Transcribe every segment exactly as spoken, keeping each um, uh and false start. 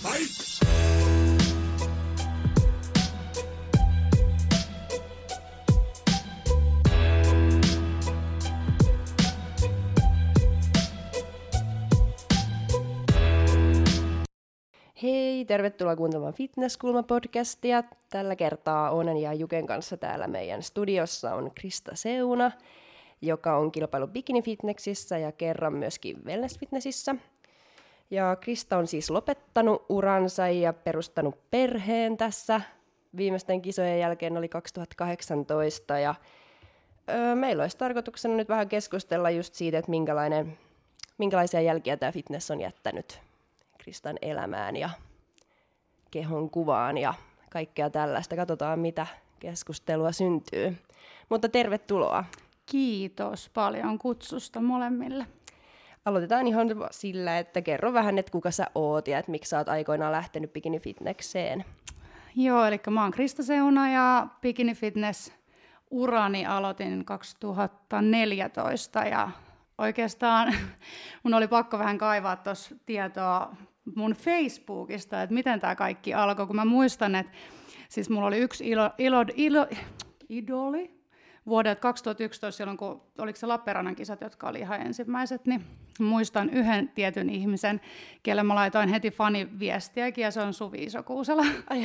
Hei, tervetuloa kuuntelemaan Fitnesskulma-podcastia. Tällä kertaa Oonen ja Juken kanssa täällä meidän studiossa on Krista Seuna, joka on kilpailu bikini-fitnessissä ja kerran myöskin wellness-fitnessissä. Ja Krista on siis lopettanut uransa ja perustanut perheen tässä. Viimeisten kisojen jälkeen oli kaksituhattakahdeksantoista ja öö, meillä olisi tarkoituksena nyt vähän keskustella just siitä, että minkälainen, minkälaisia jälkiä tämä fitness on jättänyt Kristan elämään ja kehon kuvaan ja kaikkea tällaista. Katsotaan, mitä keskustelua syntyy. Mutta tervetuloa. Kiitos paljon kutsusta molemmille. Aloitetaan ihan sillä, että kerro vähän, että kuka sä oot ja että miksi sä oot aikoinaan lähtenyt bikini-fitnekseen. Joo, eli mä oon Krista Seuna ja bikini-fitness-urani aloitin kaksituhattaneljätoista ja oikeastaan mun oli pakko vähän kaivaa tuossa tietoa mun Facebookista, että miten tämä kaikki alkoi, kun mä muistan, että siis mulla oli yksi ilo, ilo, ilo, idoli vuodelta kaksituhattayksitoista, silloin kun oliko se Lappeenrannan kisat, jotka oli ihan ensimmäiset, niin muistan yhden tietyn ihmisen, kelle mä laitoin heti faniviestiäkin, ja se on Suvi Isokuusela.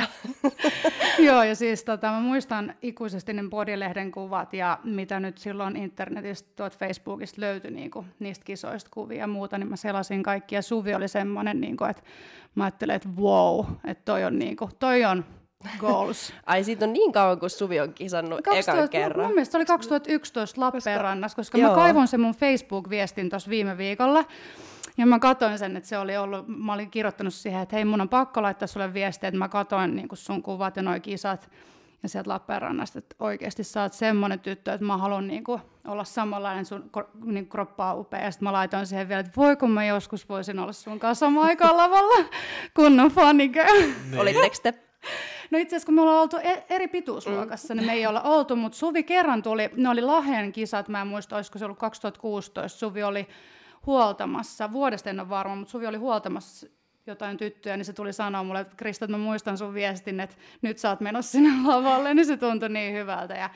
Joo, ja siis tota, mä muistan ikuisesti ne Bodylehden kuvat, ja mitä nyt silloin internetistä, tuot Facebookista löytyi niinku, niistä kisoista kuvia ja muuta, niin mä selasin kaikki, ja Suvi oli semmoinen, niinku, että mä ajattelin, että wow, että toi on, niinku, toi on goals. Ai siitä on niin kauan, kun Suvi on kisannut kaksituhatta ekan kerran. Mun mielestä se oli kaksituhattayksitoista Lappeenrannassa, koska Joo. mä kaivoin sen mun Facebook-viestin tuossa viime viikolla. Ja mä katsoin sen, että se oli ollut, mä olin kirjoittanut siihen, että hei, mun on pakko laittaa sulle viestiä, että mä katsoin niin sun kuvat ja noi kisat. Ja sieltä Lappeenrannasta, että oikeasti sä oot semmoinen tyttö, että mä haluan niin kuin olla samanlainen, sun niin kroppaa upea. Ja sitten mä laitoin siihen vielä, että voi kun mä joskus voisin olla sun kanssa samaan aikaan lavalla, kunnon funny-girl. Olitteko te? No itse asiassa kun me ollaan oltu eri pituusluokassa, mm. niin me ei olla oltu, mutta Suvi kerran tuli, ne oli Lahden kisat, mä en muista, olisiko se ollut kaksituhattakuusitoista, Suvi oli huoltamassa, vuodesta en ole varma, mutta Suvi oli huoltamassa jotain tyttöä, niin se tuli sanoa mulle, että Krista, että mä muistan sun viestin, että nyt sä oot menossa sinne lavalle, niin se tuntui niin hyvältä. Ja,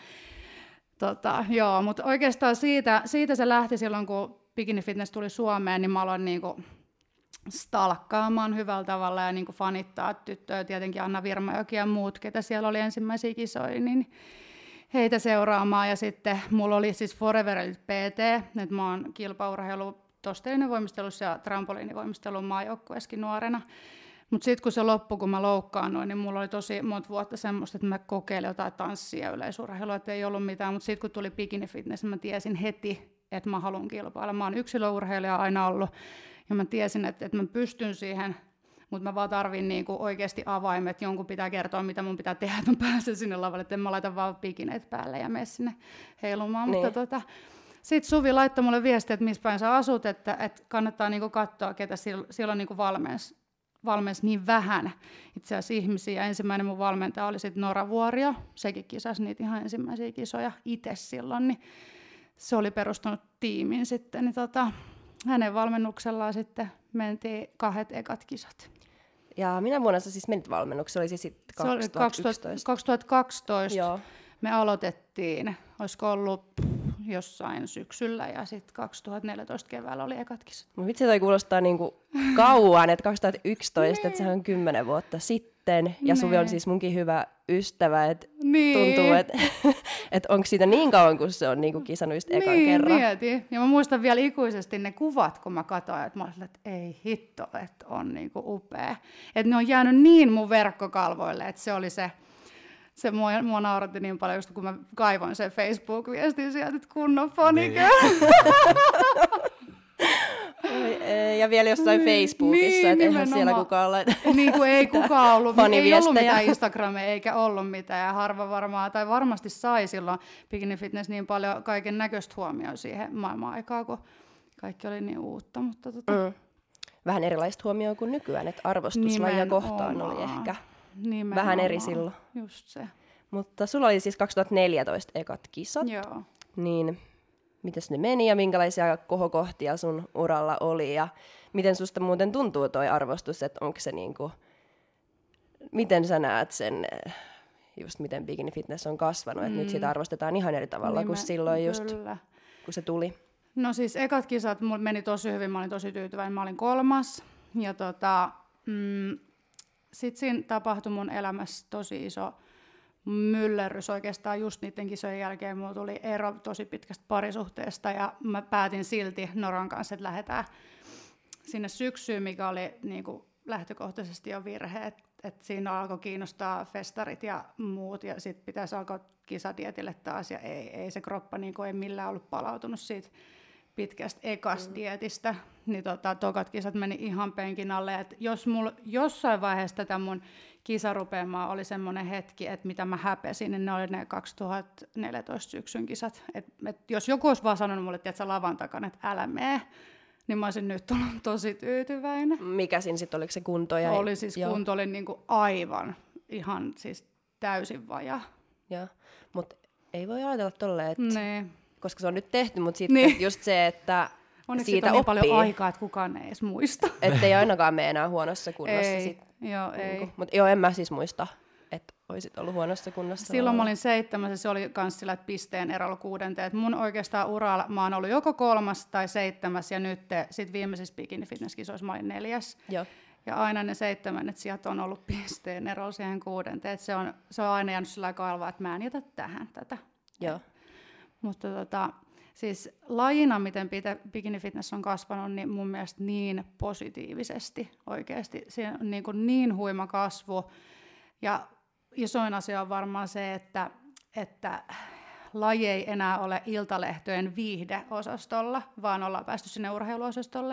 tota, joo, mutta oikeastaan siitä, siitä se lähti silloin, kun Bikini Fitness tuli Suomeen, niin mä aloin niinku stalkkaamaan hyvällä tavalla ja niin kuin fanittaa tyttöjä, tietenkin Anna Virmajoki ja muut, ketä siellä oli ensimmäisiä kisoja, niin heitä seuraamaan. Ja sitten mulla oli siis Forever P T, että mä oon kilpaurheilu tosteinen voimistelussa ja trampoliinivoimistelun maajoukkueessakin nuorena. Mutta sitten kun se loppui, kun mä loukkaannuin, niin mulla oli tosi monta vuotta semmoista, että mä kokeilin jotain tanssia ja yleisurheilua, että ei ollut mitään. Mutta sitten kun tuli bikini fitness, mä tiesin heti, että mä haluan kilpailla. Mä oon yksilöurheilija aina ollut. Ja mä tiesin, että, että mä pystyn siihen, mutta mä vaan tarvin niinku oikeasti avaimet. Jonkun pitää kertoa, mitä mun pitää tehdä, että mä pääsen sinne lavalle. Että en mä laita vaan bikineet päälle ja mene sinne heilumaan. Niin. Mutta tota, sitten Suvi laittoi mulle viestiä, että missä päin sä asut, että, että kannattaa niinku katsoa, ketä siellä on niinku valmens, valmens niin vähän itse asiassa ihmisiä. Ja ensimmäinen mun valmentaja oli sitten Nora Vuorio. Sekin kisasi niitä ihan ensimmäisiä kisoja itse silloin. Niin se oli perustanut tiimin sitten. Niin tota, hänen valmennuksellaan sitten mentiin kahdet ekat kisat. Ja minä vuonna sä siis menit valmennukseen? Oli se sitten kaksituhattayksitoista? kaksituhattakaksitoista Joo. Me aloitettiin, olisiko ollut jossain syksyllä ja sitten kaksituhattaneljätoista keväällä oli ekat kisat. Vitsi, toi kuulostaa niinku kauan, että kaksituhattayksitoista, että se on kymmenen vuotta sitten. Ja Suvi on siis munkin hyvä ystävä, että niin. Tuntuu, että et onko siitä niin kauan, kun se on niinku kisannut just ekan niin, kerran. Mieti. Ja mä muistan vielä ikuisesti ne kuvat, kun mä katsoin, että mä olin, että ei hitto, että on niinku upea. Että ne on jäänyt niin mun verkkokalvoille, että se oli se, se mua, mua nauratti niin paljon, just kun mä kaivoin sen Facebook-viestin sieltä, että kunnon funny-girl. Ja vielä jossain niin, Facebookissa, niin, että eihän siellä kukaan laita niin kuin ei kukaan ollut, ei ollut mitään Instagramia eikä ollut mitään, ja harva varmaan, tai varmasti sai silloin Bikini Fitness niin paljon kaiken näköistä huomioon siihen maailman aikaan, kun kaikki oli niin uutta. Mutta tota... mm. Vähän erilaista huomioon kuin nykyään, että arvostuslajia kohtaan oli ehkä Nimenomaan. Vähän eri silloin. Just se. Mutta sulla oli siis kaksituhattaneljätoista ekat kisat. Joo. Niin mites ne meni ja minkälaisia kohokohtia sun uralla oli ja miten susta muuten tuntuu toi arvostus, että onko se niinku miten sä näet sen, just miten bikini fitness on kasvanut, että mm. nyt sitä arvostetaan ihan eri tavalla niin kuin mä, silloin just, kyllä. kun se tuli. No siis ekat kisat mulla meni tosi hyvin, mä olin tosi tyytyväinen, mä olin kolmas. Ja tota, mm, sit siinä tapahtui mun elämässä tosi iso myllerrys oikeastaan just niiden kisojen jälkeen. Mulla tuli ero tosi pitkästä parisuhteesta ja mä päätin silti Noran kanssa, että lähdetään sinne syksyyn, mikä oli niin kuin lähtökohtaisesti jo virhe. Että et siinä alkoi kiinnostaa festarit ja muut ja sitten pitäisi alkaa kisadietille taas ja ei, ei se kroppa niin kuin ei millään ollut palautunut siitä pitkästä ekasta mm. dietistä, niin tota, tokat kisat meni ihan penkin alle. Et jos mulla jossain vaiheessa tätä mun kisarupeamaa oli semmoinen hetki, että mitä mä häpesin, niin ne oli ne kaksituhattaneljätoista syksyn kisat. Et, et jos joku olisi vaan sanonut mulle, että sä lavan takana, että älä mene, niin mä olisin nyt ollut tosi tyytyväinen. Mikä siinä sitten, oliko se kunto? Ja... Oli siis Joo. kunto, oli niinku aivan ihan siis täysin vajaa. Joo, mutta ei voi ajatella tolleen, että... Nee. Koska se on nyt tehty, mutta sitten niin. just se, että onneksi siitä on niin oppii. paljon aikaa, että kukaan ei edes muista. Että ei ainakaan mene enää huonossa kunnossa. Ei, sit, joo, niin ei. Mutta joo, en mä siis muista, että olisit ollut huonossa kunnossa. Silloin mä olin seitsemäs ja se oli kans sillä, että pisteen erolla kuudenteen. Et mun oikeastaan uralla mä oon ollut joko kolmas tai seitsemäs ja nyt sit viimeisissä bikini fitness kisoissa mä olin neljäs. Joo. Ja aina ne seitsemännet sijat on ollut pisteen erolla siihen kuudenteen. Et se, on, se on aina jäänyt sillä kalvaa, että mä en jätä tähän tätä. Joo. Mutta tota... Siis lajina, miten bikini fitness on kasvanut, niin mun mielestä niin positiivisesti oikeasti. Siinä on niin, kuin niin huima kasvu. Ja isoin asia on varmaan se, että, että laji ei enää ole iltalehtojen viihdeosastolla, vaan ollaan päästy sinne urheiluosastolle.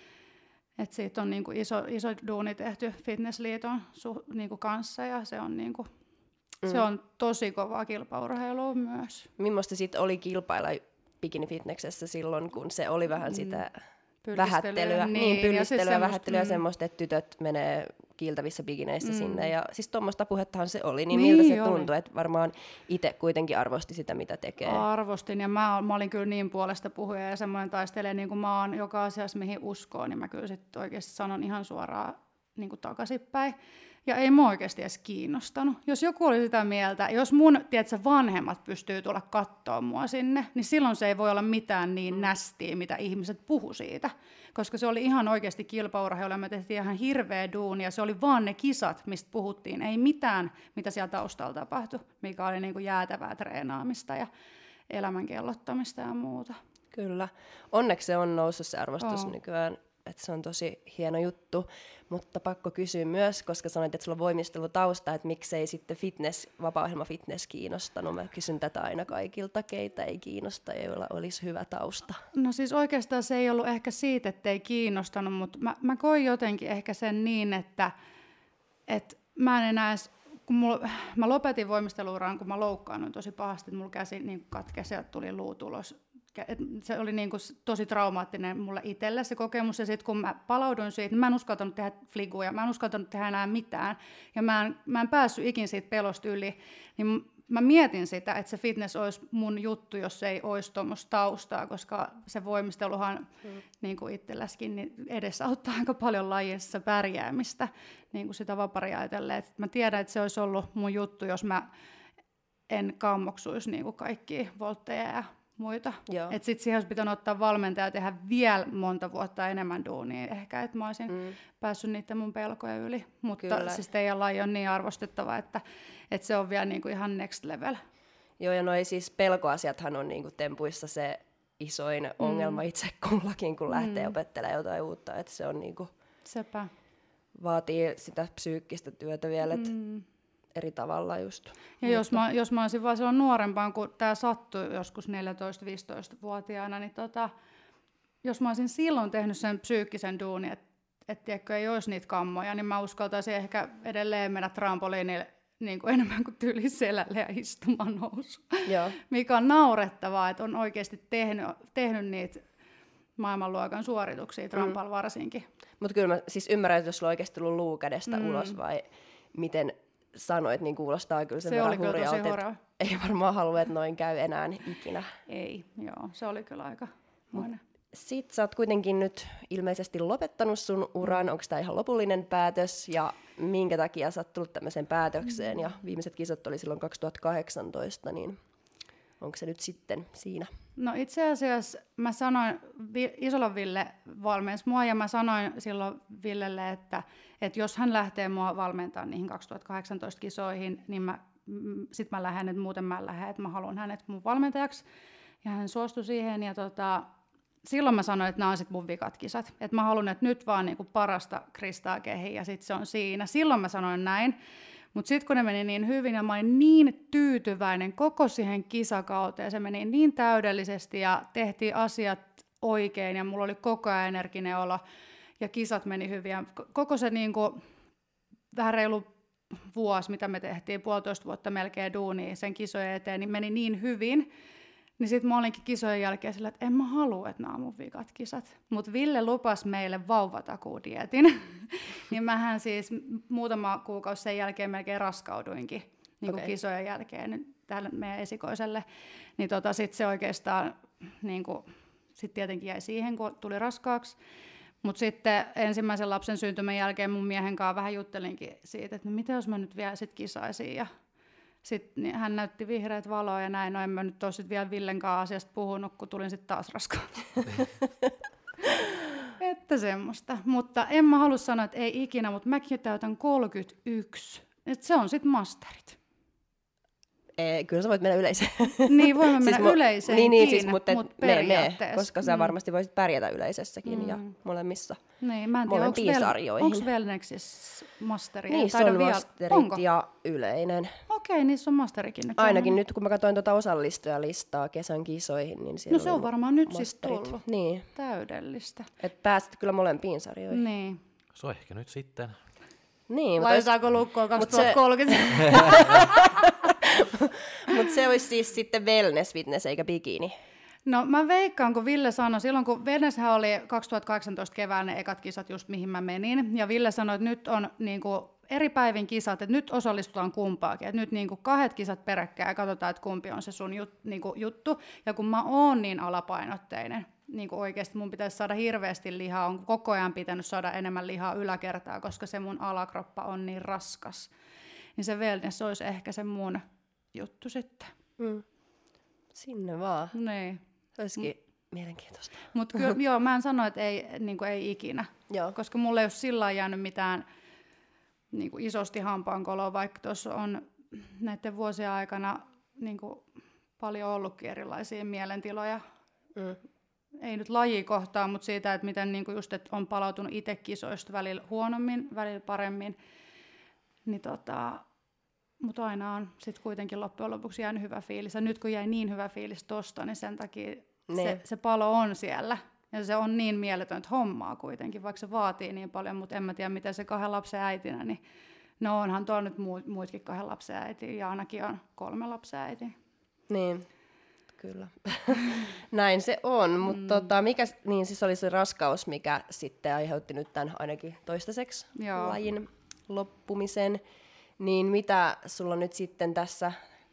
Et siitä on niin kuin iso, iso duuni tehty Fitnessliiton su, niin kuin kanssa ja se on, niin kuin, mm. se on tosi kovaa kilpaurheilua myös. Millaista sitten oli kilpailla bikini fitnessessä silloin, kun se oli vähän sitä mm. vähättelyä, niin, niin, pyllistelyä, ja siis vähättelyä mm. semmoista, että tytöt menee kiiltävissä bikineissä mm. sinne. Ja siis tuommoista puhettahan se oli, niin, niin miltä se oli. tuntui, että varmaan itse kuitenkin arvosti sitä, mitä tekee. Arvostin, ja mä, mä olin kyllä niin puolesta puhuja ja semmoinen taistelee, niin kuin mä oon joka asiassa, mihin uskoo, niin mä kyllä sitten oikeasti sanon ihan suoraan niin kuin takaisinpäin. Ja ei mua oikeasti edes kiinnostanut. Jos joku oli sitä mieltä, jos mun tiedätkö, vanhemmat pystyy tulla kattoo mua sinne, niin silloin se ei voi olla mitään niin nästiä, mitä ihmiset puhu siitä. Koska se oli ihan oikeasti kilpaurheilu ja me tehtiin ihan hirveä duuni ja se oli vaan ne kisat, mistä puhuttiin. Ei mitään, mitä siellä taustalla tapahtui, mikä oli niin kuin jäätävää treenaamista ja elämän kellottamista ja muuta. Kyllä. Onneksi se on noussut se arvostus oh. nykyään. Että se on tosi hieno juttu, mutta pakko kysyä myös, koska sanoit, että sulla on voimistelutausta, että miksei sitten fitness, vapaa-ohjelma fitness kiinnostanut. Mä kysyn tätä aina kaikilta, keitä ei kiinnosta ja joilla olisi hyvä tausta. No siis oikeastaan se ei ollut ehkä siitä, että ei kiinnostanut, mutta mä, mä koin jotenkin ehkä sen niin, että, että mä en enää edes, kun mulla, mä lopetin voimisteluuraan, kun mä loukkaannuin tosi pahasti, että mulla käsi niin katkesi ja tuli luutulos. Et se oli niinku tosi traumaattinen mulle itselle se kokemus, ja sitten kun mä palauduin siitä, niin mä en uskaltanut tehdä fliguja, mä en uskaltanut tehdä enää mitään, ja mä en, mä en päässyt ikin siitä pelosta yli, niin mä mietin sitä, että se fitness olisi mun juttu, jos ei olisi tuommoista taustaa, koska se voimisteluhan mm. niin kuin itselläskin niin edesauttaa aika paljon lajissa pärjäämistä, niin kuin sitä vaparia ajatellen. Et mä tiedän, että se olisi ollut mun juttu, jos mä en kammoksuisi niin kuin kaikkia voltteja ja muita. Että sitten siihen olisi pitänyt ottaa valmentaja ja tehdä vielä monta vuotta enemmän duunia ehkä, että mä olisin mm. päässyt niiden mun pelkojen yli. Mutta Kyllä. siis teidän laji on niin arvostettava, että, että se on vielä niinku ihan next level. Joo, ja noi siis pelkoasiathan on niinku tempuissa se isoin mm. ongelma itse kullakin, kun lähtee mm. opettelemaan jotain uutta. Että se on niinku, Sepä. vaatii sitä psyykkistä työtä vielä, että mm. eri tavalla just. Ja Mutta... jos mä, jos mä olisin vaan silloin nuorempaan, kun tämä sattui joskus neljätoista-viisitoista-vuotiaana, niin tota, jos mä olisin silloin tehnyt sen psyykkisen duunin, että et, tiedätkö, ei olisi niitä kammoja, niin mä uskaltaisin ehkä edelleen mennä trampoliinille niin kuin enemmän kuin tyyli selälle ja istumaan nousu. Joo. Mikä on naurettavaa, että on oikeasti tehnyt, tehnyt niitä maailmanluokan suorituksia, trampalla mm. varsinkin. Mutta kyllä mä siis ymmärrän, että jos sulla on oikeasti tullut luu kädestä mm. ulos vai miten sanoit, niin kuulostaa kyllä sen se verran hurjalta, että ei varmaan halua, että noin käy enää ikinä. Ei, joo, se oli kyllä aika moinen. sit sä oot kuitenkin nyt ilmeisesti lopettanut sun uran. Onko tämä ihan lopullinen päätös ja minkä takia sä oot tullut tämmöiseen päätökseen? Ja viimeiset kisat oli silloin kaksituhattakahdeksantoista, niin onko se nyt sitten siinä? No itse asiassa mä sanoin, Isolan Ville valmensi mua ja mä sanoin silloin Villelle, että, että jos hän lähtee mua valmentamaan niihin kaksituhattakahdeksantoista kisoihin, niin mä, sit mä lähden, että muuten mä en lähde, että mä haluan hänet mun valmentajaksi. Ja hän suostui siihen ja tota, silloin mä sanoin, että nämä on sit mun vikat kisat. Että mä haluan, että nyt vaan niinku parasta Kristaa kehiin ja sit se on siinä. Silloin mä sanoin näin. Mutta sitten kun ne meni niin hyvin ja mä olin niin tyytyväinen koko siihen kisakauteen, se meni niin täydellisesti ja tehtiin asiat oikein ja mulla oli koko ajan energinen olo ja kisat meni hyvin. Ja koko se niinku, vähän reilu vuosi, mitä me tehtiin, puolitoista vuotta melkein duunia sen kisojen eteen, niin meni niin hyvin. Niin sitten mä olinkin kisojen jälkeen sillä, että en mä halua, että nämä on mun vikat kisat. Mutta Ville lupasi meille vauvatakuudietin. Niin mähän siis muutama kuukausi sen jälkeen melkein raskauduinkin niin okay. kisojen jälkeen tälle meidän esikoiselle. Niin tota, sitten se oikeastaan niin sit tietenkin jäi siihen, kun tuli raskaaksi. Mutta sitten ensimmäisen lapsen syntymän jälkeen mun miehen kanssa vähän juttelinkin siitä, että no mitä jos mä nyt vielä sit kisaisin ja sitten niin hän näytti vihreät valoa ja näin, no en mä nyt ole sitten vielä Villen kanssa asiasta puhunut, kun tulin sitten taas raskaan. Että semmoista. Mutta en mä halua sanoa, että ei ikinä, mutta mäkin täytän kolmekymmentäyksi. Että se on sitten masterit. Ee, kyllä sä voit mennä yleiseen. Niin, voimme mennä siis yleiseen Niin, niin kiinni, siis, mutta mut me, me, koska sä mm. varmasti voisit pärjätä yleisessäkin mm. ja molemmissa. Niin, mä en tiedä, molempiin onko sarjoihin. Onko Velneksissä masteri? Niissä on vielä. masterit onko? Ja yleinen. Okei, niissä on masterikin nyt. Ainakin on. Nyt, kun mä katsoin tuota osallistujalistaa kesän kisoihin, niin siellä no se on varmaan nyt siis tullut. Niin. Täydellistä. Että pääsit kyllä molempiin sarjoihin. Niin. Se on ehkä nyt sitten. Niin, laitetaanko lukkoon kaksituhattakolmekymmentä? Mutta se olisi siis sitten wellness, fitness eikä bikini. No mä veikkaan, kun Ville sanoi, silloin kun wellnesshän oli kaksituhattakahdeksantoista kevään ne ekat kisat just mihin mä menin, ja Ville sanoi, että nyt on niinku eri päivin kisat, että nyt osallistutaan kumpaakin, että nyt niinku kahdet kisat peräkkäin ja katsotaan, että kumpi on se sun jut, niinku juttu, ja kun mä oon niin alapainotteinen, niin kuin oikeasti mun pitäisi saada hirveästi lihaa, on koko ajan pitänyt saada enemmän lihaa yläkertaa, koska se mun alakroppa on niin raskas, niin se wellness olisi ehkä se mun juttu sitten. Mm. Sinne vaan. Niin. Se olisikin mm. mielenkiintoista. Mutta kyllä, joo, mä en sano, että ei, niin kuin ei ikinä, joo. koska mulle ei ole sillä jäänyt mitään niin kuin isosti hampaankoloa, vaikka tuossa on näiden vuosien aikana niin kuin paljon ollutkin erilaisia mielentiloja. Mm. Ei nyt lajikohtaa, mutta siitä, että miten niin kuin just, että on palautunut itse kisoista välillä huonommin, välillä paremmin. Niin tota, mutta aina on sitten kuitenkin loppujen lopuksi jäänyt hyvä fiilis. Ja nyt kun jäi niin hyvä fiilis tosta, niin sen takia se, se palo on siellä. Ja se on niin mieletöntä hommaa kuitenkin, vaikka se vaatii niin paljon, mutta en mä tiedä, miten se kahden lapsen äitinä, niin no onhan tuolla nyt muut, muutkin kahden lapsen äiti, ja ainakin on kolme lapsen äiti. Niin, kyllä. Näin se on, mutta mm. tota, mikä niin siis oli se raskaus, mikä sitten aiheutti nyt tämän ainakin toistaiseksi Joo. lajin loppumisen. Niin mitä sulla nyt sitten tässä,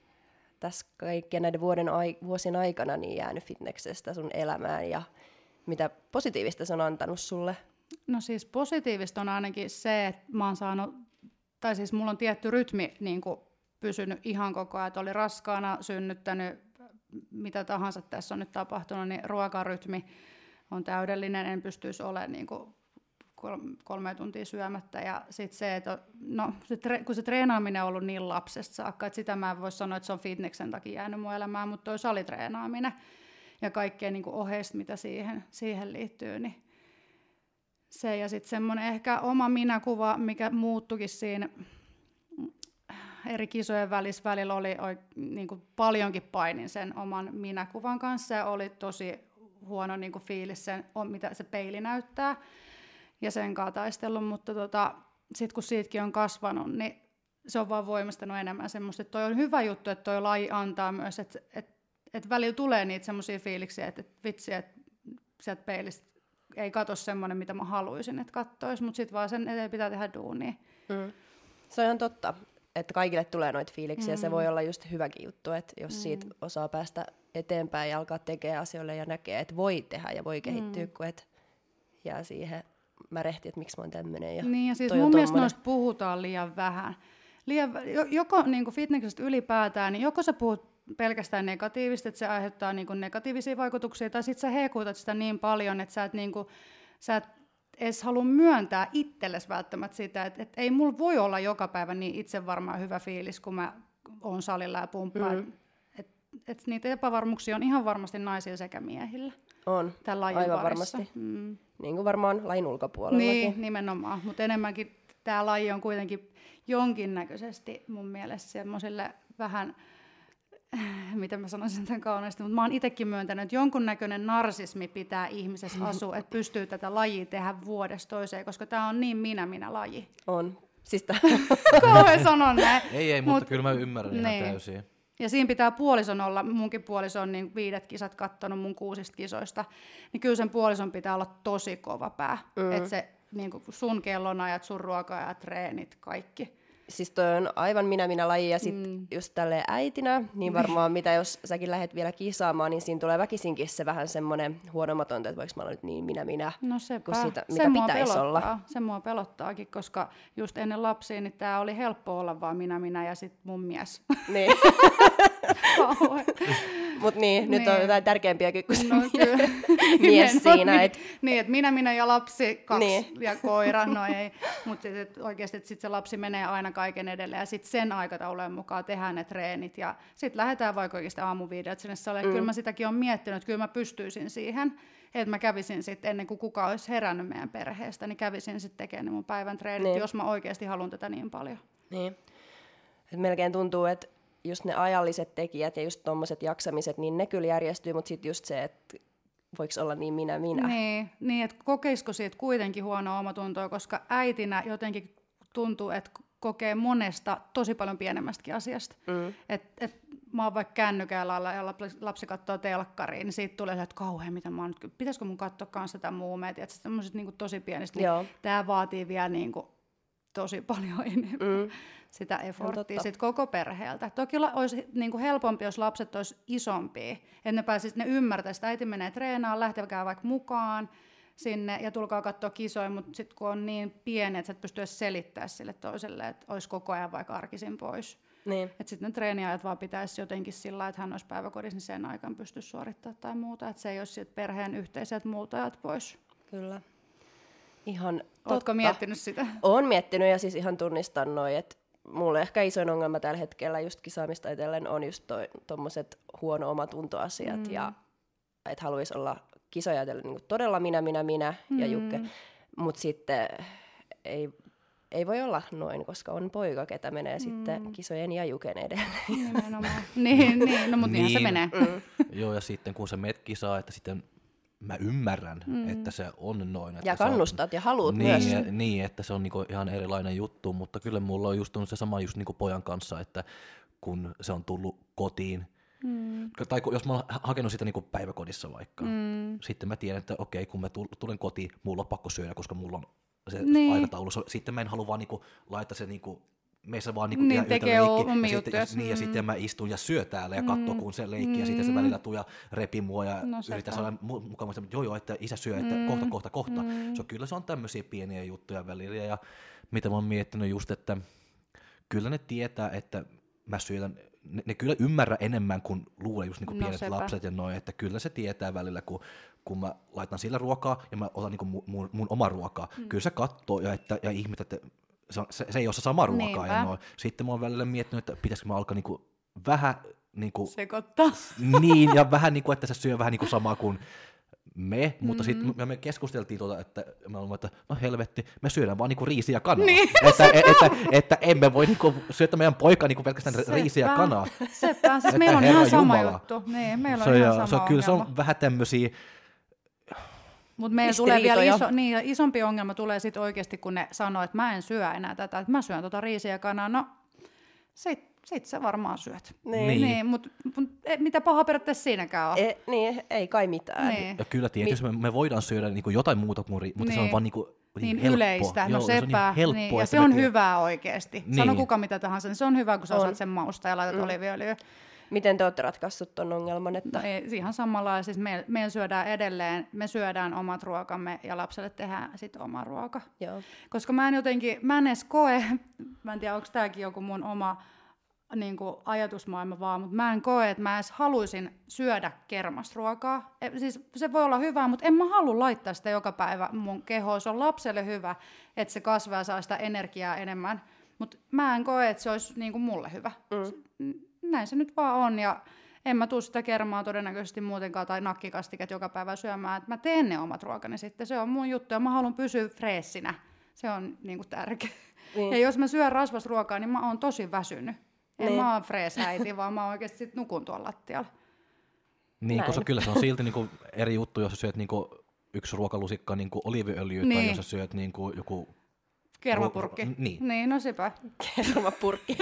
tässä kaikkien näiden vuoden, vuosien aikana niin jäänyt fitneksestä sun elämään ja mitä positiivista se on antanut sulle? No siis positiivista on ainakin se, että mä oon saanut, tai siis mulla on tietty rytmi niin kuin pysynyt ihan koko ajan, että oli raskaana, synnyttänyt, mitä tahansa tässä on nyt tapahtunut, niin ruokarytmi on täydellinen, en pystyisi olemaan niin kuin kolme tuntia syömättä, ja sitten se, että no, se tre- kun se treenaaminen on ollut niin lapsesta saakka, että sitä mä en voi sanoa, että se on fitneksen takia jäänyt mun elämään, mutta toi salitreenaaminen ja kaikkea niin kuin oheista, mitä siihen, siihen liittyy, niin se ja sitten semmoinen ehkä oma minäkuva, mikä muuttuikin siinä eri kisojen välissä, välillä oli niin kuin paljonkin painin sen oman minäkuvan kanssa, ja oli tosi huono niin kuin fiilis sen, mitä se peili näyttää, ja sen kanssa taistellut, mutta tota, sitten kun siitäkin on kasvanut, niin se on vaan voimistanut enemmän semmoista, että toi on hyvä juttu, että toi laji antaa myös, että et, et välillä tulee niitä semmoisia fiiliksiä, että et vitsi, että sieltä peilistä ei katso semmoinen, mitä mä haluaisin, että kattoisi, mutta sitten vaan sen eteen pitää tehdä duunia. Mm. Se on ihan totta, että kaikille tulee noita fiiliksiä, mm. se voi olla just hyväkin juttu, että jos mm. siitä osaa päästä eteenpäin ja alkaa tekemään asioille ja näkee, että voi tehdä ja voi kehittyä, Mm. kun et jää siihen märehti, että miksi mä oon tämmönen. Ja Niin ja siis toi on mun mielestä tommonen. noista puhutaan liian vähän. Liian, vä- jo- joko niin kuin fitneksestä ylipäätään, niin joko sä puhut pelkästään negatiivisesti, että se aiheuttaa niin kuin negatiivisia vaikutuksia, tai sitten sä hekuutat sitä niin paljon, että sä et, niin kuin, sä et edes halua myöntää itsellesi välttämättä sitä, että, että ei mulla voi olla joka päivä niin itse varmaan hyvä fiilis, kun mä oon salilla ja pumppaan. Mm. Et, et niitä epävarmuuksia on ihan varmasti naisilla sekä miehillä. On, Tämän lajin aivan parissa. varmasti. Mm. Niin kuin varmaan lain ulkopuolellakin. Niin, nimenomaan. Mutta enemmänkin tämä laji on kuitenkin jonkinnäköisesti mun mielestä semmoisille vähän, miten mä sanoisin tämän kauniisti, mutta mä oon itsekin myöntänyt, että jonkunnäköinen narsismi pitää ihmisessä asua, että pystyy tätä lajia tehdä vuodesta toiseen, koska tämä on niin minä-minä-laji. On. Siis tää... Kauhean sanon näin. Ei, ei, mutta Mut- kyllä mä ymmärrän ihan niin. täysin. Ja siinä pitää puolison olla, munkin puoliso on niin viidet kisat kattonut mun kuusista kisoista, niin kyllä sen puolison pitää olla tosi kova pää. Mm. Että se niin kuin sun kellonajat, sun ruoka-ajat, treenit, kaikki. Siis toi on aivan minä-minä-laji, ja sit Mm. just tälleen äitinä, niin varmaan mitä jos säkin lähdet vielä kisaamaan, niin siinä tulee väkisinkin se vähän semmoinen huonomatonta, että voiko mä olla nyt niin minä-minä, No sepä, kun sitä, se mitä mua pitäisi pelottaa. olla. Se mua pelottaakin, koska just ennen lapsia niin tää oli helppo olla vaan minä, minä ja sit mun mies. Niin. Kauhean. Mut niin, nyt on Niin. jotain tärkeämpiä kuin se No kyllä. mies Nimenomaan. siinä. Et, Niin, että minä, minä ja lapsi, kaksi Niin. ja koira, no ei. Mutta oikeasti sit se lapsi menee aina kaiken edelle ja sitten sen aikataulujen mukaan tehdään ne treenit ja sitten lähdetään vaikka oikeasti aamuviideltä sinne salille. Mm. Kyllä mä sitäkin olen miettinyt, että kyllä mä pystyisin siihen, että mä kävisin sitten ennen kuin kukaan olisi herännyt meidän perheestä, niin kävisin sitten tekemään ne mun päivän treenit, Niin. jos mä oikeasti haluan tätä niin paljon. niin. Et melkein tuntuu, että just ne ajalliset tekijät ja just tommoset jaksamiset, niin ne kyllä järjestyy, mutta sitten just se, että voiko olla niin minä-minä. Niin, niin että kokeisiko siitä kuitenkin huonoa omatuntoa, koska äitinä jotenkin tuntuu, että kokee monesta tosi paljon pienemmästäkin asiasta. Mm. Et, et mä oon vaikka kännykällä alla ja lapsi, lapsi katsoo telkkariin, niin siitä tulee se, että kauhean, mitä mä oon nyt, pitäisikö mun katsoa kanssa tätä muumeet, että semmoiset niinku tosi pienestä, niin tää vaatii vielä niinku tosi paljon enemmän Mm. sitä efforttia totta. sit koko perheeltä. Toki la- olisi niinku helpompi, jos lapset olisi isompia, että ne pääsis, ne ymmärtäisi, että äiti menee treenaamaan, lähtekää vaikka mukaan sinne ja tulkaa katsoa kisoja, mutta sitten kun on niin pieni, että sä et pysty edes selittämään sille toiselle, että olisi koko ajan vaikka arkisin pois. Niin. Että sitten ne treeniajat vaan pitäisi jotenkin sillä lailla, että hän olisi päiväkodissa, niin sen aikaan pystyisi suorittamaan tai muuta. Että se ei olisi siitä perheen yhteiset muut ajat pois. Kyllä. Ihan Ootko totta. miettinyt sitä? Oon miettinyt ja siis ihan tunnistan noin, että mulle ehkä isoin ongelma tällä hetkellä just kisaamista ajatellen on just toi, tommoset huono omatuntoasiat mm. ja että haluaisi olla kisoja ajatellen niin todella minä, minä, minä mm. ja Jukke, mutta sitten ei, ei voi olla noin, koska on poika, ketä menee mm. sitten kisojen ja Juken edelle. Nimenomaan. niin, niin, no mutta niin. niinhän se menee. Mm. Joo, ja sitten kun se met kisaa, että sitten mä ymmärrän, mm. että se on noin. Että Ja se kannustat on, ja haluat niin, myös. ja, niin, että se on niinku ihan erilainen juttu, mutta kyllä mulla on just se sama just niinku pojan kanssa, että kun se on tullut kotiin, mm. tai kun, jos mä oon hakenut sitä niinku päiväkodissa vaikka, mm. sitten mä tiedän, että okei, kun mä tulen kotiin, mulla on pakko syödä, koska mulla on se niin. aikataulu. Sitten mä en halua vaan niinku laittaa se niinku meissä vaan niinku niin, tekee omia ja, juttuja. sitten, niin, ja sitten mä istun ja syö täällä ja katsoo, kun se leikki, mm. ja sitten se välillä tuu ja repi mua ja no, yrittää saada mukaan, että joo joo, että isä syö, että mm. kohta, kohta, kohta. Mm. So, kyllä se on tämmöisiä pieniä juttuja välillä, ja mitä mä oon miettinyt just, että kyllä ne tietää, että mä syötän, ne, ne kyllä ymmärrä enemmän kuin luulee just niinku no, pienet sepä. lapset ja noin, että kyllä se tietää välillä, kun, kun mä laitan sillä ruokaa ja mä otan niinku mun, mun, mun oma ruokaa, mm. kyllä se katsoo ja, että, ja ihmet, että se, se, se ei ole se sama ruokaa. Ja noin. Sitten mä oon välillä miettinyt, että pitäisikö mä alkaa niinku vähän niinku, sekoittaa. Niin, ja vähän niinku, että se syö vähän niinku samaa kuin me, mutta mm-hmm. sitten me keskusteltiin tuota, että mä olin, että no helvetti, me syödään vaan niinku riisiä ja kanaa. Niin. Että, että, että, että emme voi niinku syöttää meidän poikaa niinku pelkästään sepä, riisiä ja kanaa. Sepä, siis meillä on ihan sama Jumala. juttu. Niin, meillä on se, ihan sama se, kyllä se on ongelma. vähän tämmöisiä. Mutta meillä tulee vielä iso, niin, isompi ongelma tulee sitten oikeasti, kun ne sanoo, että mä en syö enää tätä, että mä syön tuota riisiä ja kanaa. No, sit, sit sä varmaan syöt. Niin. Niin. niin mutta mut, mitä paha periaatteessa siinäkään on. E, niin, ei kai mitään. Niin. Ja kyllä tietysti Mi- me, me voidaan syödä niinku jotain muuta kuin riisiä, mutta niin. se on vaan niinku niin, niin yleistä. Joo, no se on sepä. niin helppoa, niin. Ja se me on tiedät. hyvää oikeasti. Niin. Sano kuka mitä tahansa, niin se on hyvä, kun sä on. osaat sen maustaa ja laitat mm. oliiviöljyä. Miten te olette ratkaissut ton ongelman? Että... No ei, ihan samalla, siis meillä meil syödään edelleen, me syödään omat ruokamme ja lapselle tehdään sitten oma ruoka. Joo. Koska mä en jotenkin, mä en edes koe, mä en tiedä onko tääkin joku mun oma niin kuin ajatusmaailma vaan, mutta mä en koe, että mä edes haluaisin syödä kermasruokaa. E, siis se voi olla hyvää, mutta en mä halua laittaa sitä joka päivä mun kehoon. Se on lapselle hyvä, että se kasvaa ja saa sitä energiaa enemmän. Mutta mä en koe, että se olisi niin kuin mulle hyvä. Mm. Näin se nyt vaan on. Ja en mä tuu sitä kermaa todennäköisesti muutenkaan tai nakkikastiket joka päivä syömään. Et mä teen ne omat ruokani sitten. Se on mun juttu ja mä haluan pysyä freessinä. Se on niin kuin tärkeä. Mm. Ja jos mä syön rasvasruokaa, niin mä oon tosi väsynyt. En niin. Mä oon frees-äiti, vaan mä oikeasti sit nukun tuolla lattialla. Niin, Näin. koska kyllä se on silti niinku eri juttu, jos sä syöt niinku yksi ruokalusikka niinku oliiviöljyä, niin. tai jos sä syöt niinku joku... Kermapurkki. Ru- niin. Niin, no sepä. Kermapurkki.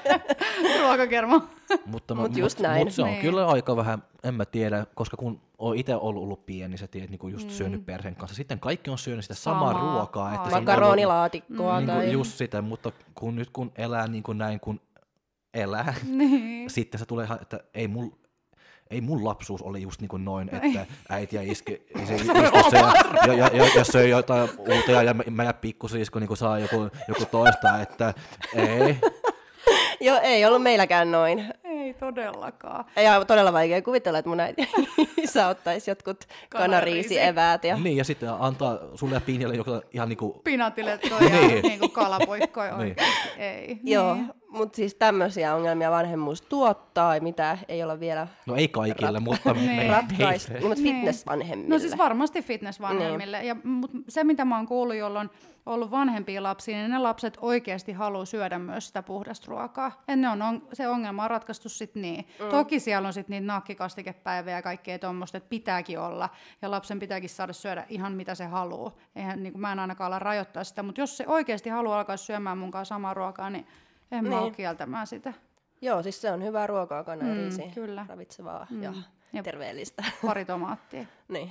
Ruokakerma. Mutta no, mut just mut, näin. Mut se on niin. kyllä aika vähän, en mä tiedä, koska kun oon itse ollut, ollut pieni, niin sä tiedät, niinku just mm. syönyt perheen kanssa. Sitten kaikki on syönyt sitä samaa, samaa ruokaa. Että makaronilaatikkoa. Niinku tai... just sitä, mutta kun nyt kun elää niin kuin näin, kun elää, niin. sitten se tulee, että ei mul, ei mun lapsuus oli just niin kuin noin, että äiti ja iski, se istus se ja, ja, ja, ja, ja söi jotain uutea ja mä, mä ja pikkusisko niin saa joku, joku toista, että ei. Joo, ei ollut meilläkään noin. Ei todellakaan. Ja todella vaikea kuvitella, että mun äiti isä ottaisi jotkut kanariisi-eväät. Ja... Niin, ja sitten antaa sulle ja Pinjalle joku ihan niinku... Pinatilettoja ja niin. niinku kalapuikkoja oikeasti, niin. Ei. Joo, niin. mutta siis tämmöisiä ongelmia vanhemmuus tuottaa, mitä ei olla vielä... No ei kaikille, mutta... niin. Ratkaistu, niin. mutta fitness-vanhemmille. No siis varmasti fitness-vanhemmille. Niin. Ja, mutta se, mitä mä oon kuullut, jolloin ollut vanhempia lapsia, niin ne lapset oikeasti haluaa syödä myös sitä puhdasta ruokaa. Ja ne on, on, se ongelma on ratkaistu sitten niin. Mm. Toki siellä on sitten niitä nakkikastikepäiviä ja kaikkea tuommoista, että pitääkin olla. Ja lapsen pitääkin saada syödä ihan mitä se haluaa. Eihän, niin kuin mä en ainakaan ala rajoittaa sitä, mutta jos se oikeasti haluaa alkaa syömään mun kanssa samaa ruokaa, niin en niin. mä ole kieltämään sitä. Joo, siis se on hyvää ruokaa, kanariisi, mm, kyllä. ravitsevaa mm. ja, ja terveellistä. Pari tomaattia. niin.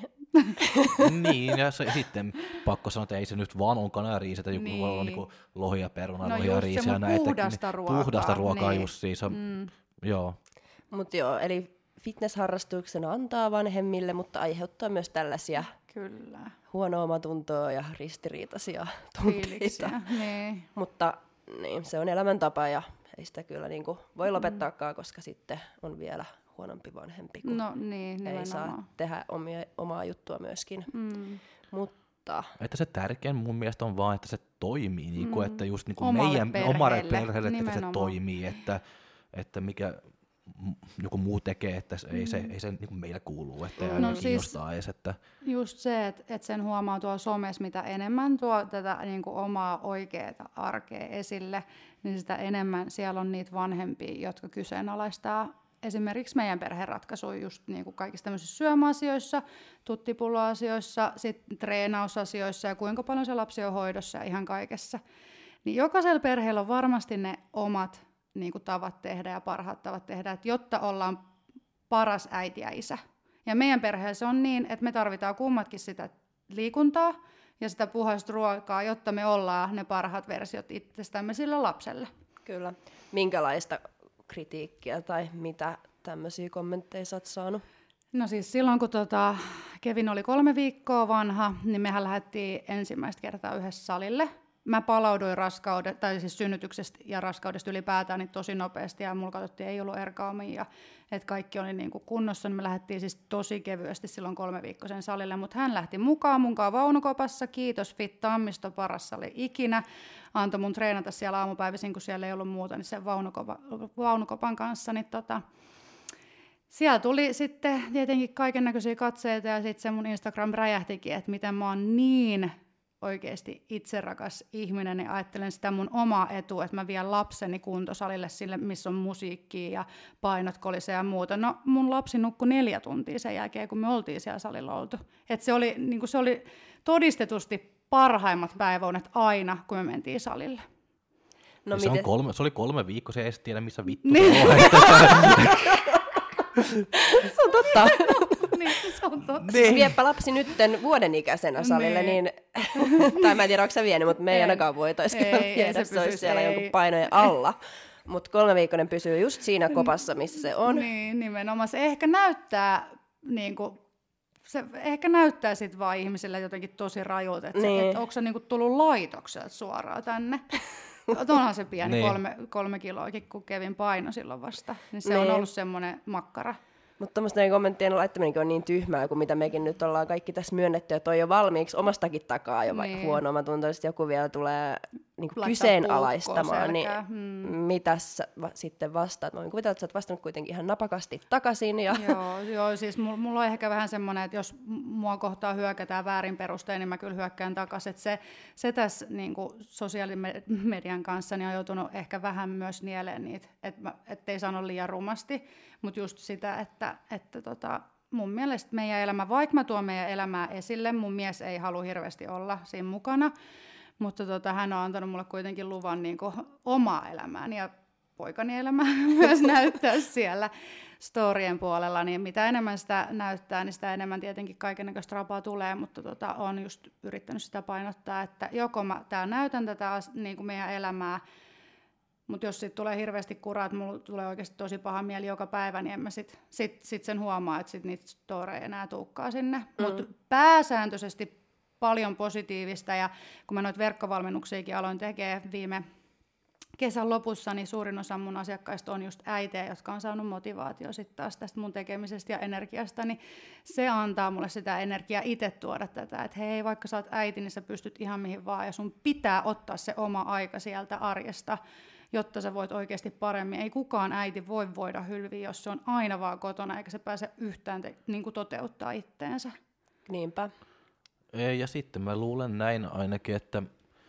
niin, ja se, sitten pakko sanoa, että ei se nyt vaan on kanariisi, että joku niin. voi olla niin lohi ja peruna, no lohi ja riisi ja näitä. Puhdasta ruokaa. Puhdasta ruokaa niin. just siis. Mm. Joo. Mutta joo, eli fitnessharrastuksena antaa vanhemmille, mutta aiheuttaa myös tällaisia Kyllä. huonoa omatuntoa ja ristiriitaisia tunteita. niin. Mutta niin, se on elämäntapa ja ei sitä kyllä niin kuin voi lopettaakaan, koska sitten on vielä huonompi vanhempi, kun no, niin, ei saa tehdä omia, omaa juttua myöskin. Mm. Mutta... Että se tärkein mun mielestä on vaan, että se toimii, niin kuin, mm. että just niin kuin meidän perheelle, omalle perheelle, että nimenomaan. se toimii, että, että mikä joku muu tekee, että se, mm. ei se, ei se niin kuin meillä kuuluu, että ei no, kiinnostaa siis edes. Että... Just se, että, että sen huomaa tuolla somessa, mitä enemmän tuo tätä niin kuin omaa oikeaa arkea esille, niin sitä enemmän siellä on niitä vanhempia, jotka kyseenalaistaa esimerkiksi meidän perheratkaisuja just niin kuin kaikissa tämmöisissä syömäasioissa, tuttipulloasioissa, sitten treenausasioissa ja kuinka paljon se lapsi on hoidossa ja ihan kaikessa. Niin jokaisella perheellä on varmasti ne omat niin kuin tavat tehdä ja parhaat tavat tehdä, että jotta ollaan paras äiti ja isä. Ja meidän perheessä on niin, että me tarvitaan kummatkin sitä liikuntaa ja sitä puhdasta ruokaa, jotta me ollaan ne parhaat versiot itsestämme sille lapselle. Kyllä. Minkälaista kritiikkiä tai mitä tämmöisiä kommentteja sä oot saanut? No siis silloin, kun tota Kevin oli kolme viikkoa vanha, niin mehän lähdettiin ensimmäistä kertaa yhdessä salille. Mä palauduin raskaudesta, tai siis synnytyksestä ja raskaudesta ylipäätään niin tosi nopeasti, ja mulla katsottiin, ei ollut erkaamia, ja että kaikki oli niin kuin kunnossa, niin me lähdettiin siis tosi kevyesti silloin kolme viikkoisen salille, mutta hän lähti mukaan munkaan vaunukopassa, kiitos Fit Tammisto, paras sali ikinä, antoi mun treenata siellä aamupäivisin, kun siellä ei ollut muuta, niin sen vaunukopa, vaunukopan kanssa, niin tota, siellä tuli sitten tietenkin kaikennäköisiä katseita, ja sitten se mun Instagram räjähtikin, että miten mä oon niin oikeasti itserakas ihminen, niin ajattelen sitä mun omaa etua, että mä vien lapseni kuntosalille sille, missä on musiikkia ja painot kolisee ja muuta. No mun lapsi nukkui neljä tuntia sen jälkeen, kun me oltiin siellä salilla oltu. Et se, oli, niin kuin se oli todistetusti parhaimmat päiväunet aina, kun me mentiin salille. No se, on kolme, se oli kolme viikkoa, se ei edes tiedä, missä vittu niin. se on. Se on totta. Niin, se on totta. Siis viepä lapsi nytten vuoden ikäisenä salille, niin, niin tai mä en tiedä, onko sä vienyt, mutta me ei ainakaan voitaisi viedä, se, se olisi siellä ei. jonkun painojen alla. Mutta kolmeviikkoinen pysyy just siinä kopassa, missä se on. Niin, nimenomaan. Se ehkä näyttää, niin kuin, se ehkä näyttää sit vaan ihmisille jotenkin tosi rajulta, että niin. et onko se niinku tullut laitokselta suoraan tänne. Onhan se pieni niin. kolme, kolme kiloakin, kun Kevin paino silloin vasta. Niin se niin. on ollut semmoinen makkara. Mutta tuommoisten kommenttien laittaminenkin on niin tyhmää, kuin mitä mekin nyt ollaan kaikki tässä myönnetty, että toi jo valmiiksi omastakin takaa jo niin. huonoa. Mä tuntuu, että joku vielä tulee niin kyseenalaistamaan, niin hmm. mitäs va- sitten vastaat? Mä voin kuvitella, että sä oot vastannut kuitenkin ihan napakasti takaisin. Ja joo, joo, siis mulla, mulla on ehkä vähän semmoinen, että jos mua kohtaa hyökätään väärin perustein, niin mä kyllä hyökkään takaisin. Et se, se tässä niin kuin sosiaalimedian kanssa niin on joutunut ehkä vähän myös nieleen niitä, että et ei sano liian rumasti, mutta just sitä, että, että tota, mun mielestä meidän elämä, vaikka mä tuon meidän elämää esille, mun mies ei halua hirveästi olla siinä mukana, mutta tota, hän on antanut mulle kuitenkin luvan niin kuin omaa elämääni ja poikani elämää myös näyttää siellä storien puolella, niin mitä enemmän sitä näyttää, niin sitä enemmän tietenkin kaikennäköistä rapaa tulee, mutta tota, olen just yrittänyt sitä painottaa, että joko mä täällä näytän tätä niin kuin meidän elämää, mutta jos sitten tulee hirveästi kuraa, että mulla tulee oikeasti tosi paha mieli joka päivä, niin en mä sitten sit, sit sen huomaa, että sit niitä storeja enää tuukkaa sinne. Mm. Mutta pääsääntöisesti paljon positiivista, ja kun mä noita verkkovalmennuksiakin aloin tekemään viime kesän lopussa, niin suurin osa mun asiakkaista on just äitejä, jotka on saanut motivaatio sitten taas tästä mun tekemisestä ja energiasta, niin se antaa mulle sitä energiaa itse tuoda tätä, että hei, vaikka sä oot äiti, niin sä pystyt ihan mihin vaan, ja sun pitää ottaa se oma aika sieltä arjesta, jotta sä voit oikeasti paremmin. Ei kukaan äiti voi voida hylviä, jos se on aina vaan kotona, eikä se pääse yhtään te- niin kuin toteuttaa itteensä. Niinpä. Ei, ja sitten mä luulen näin ainakin, että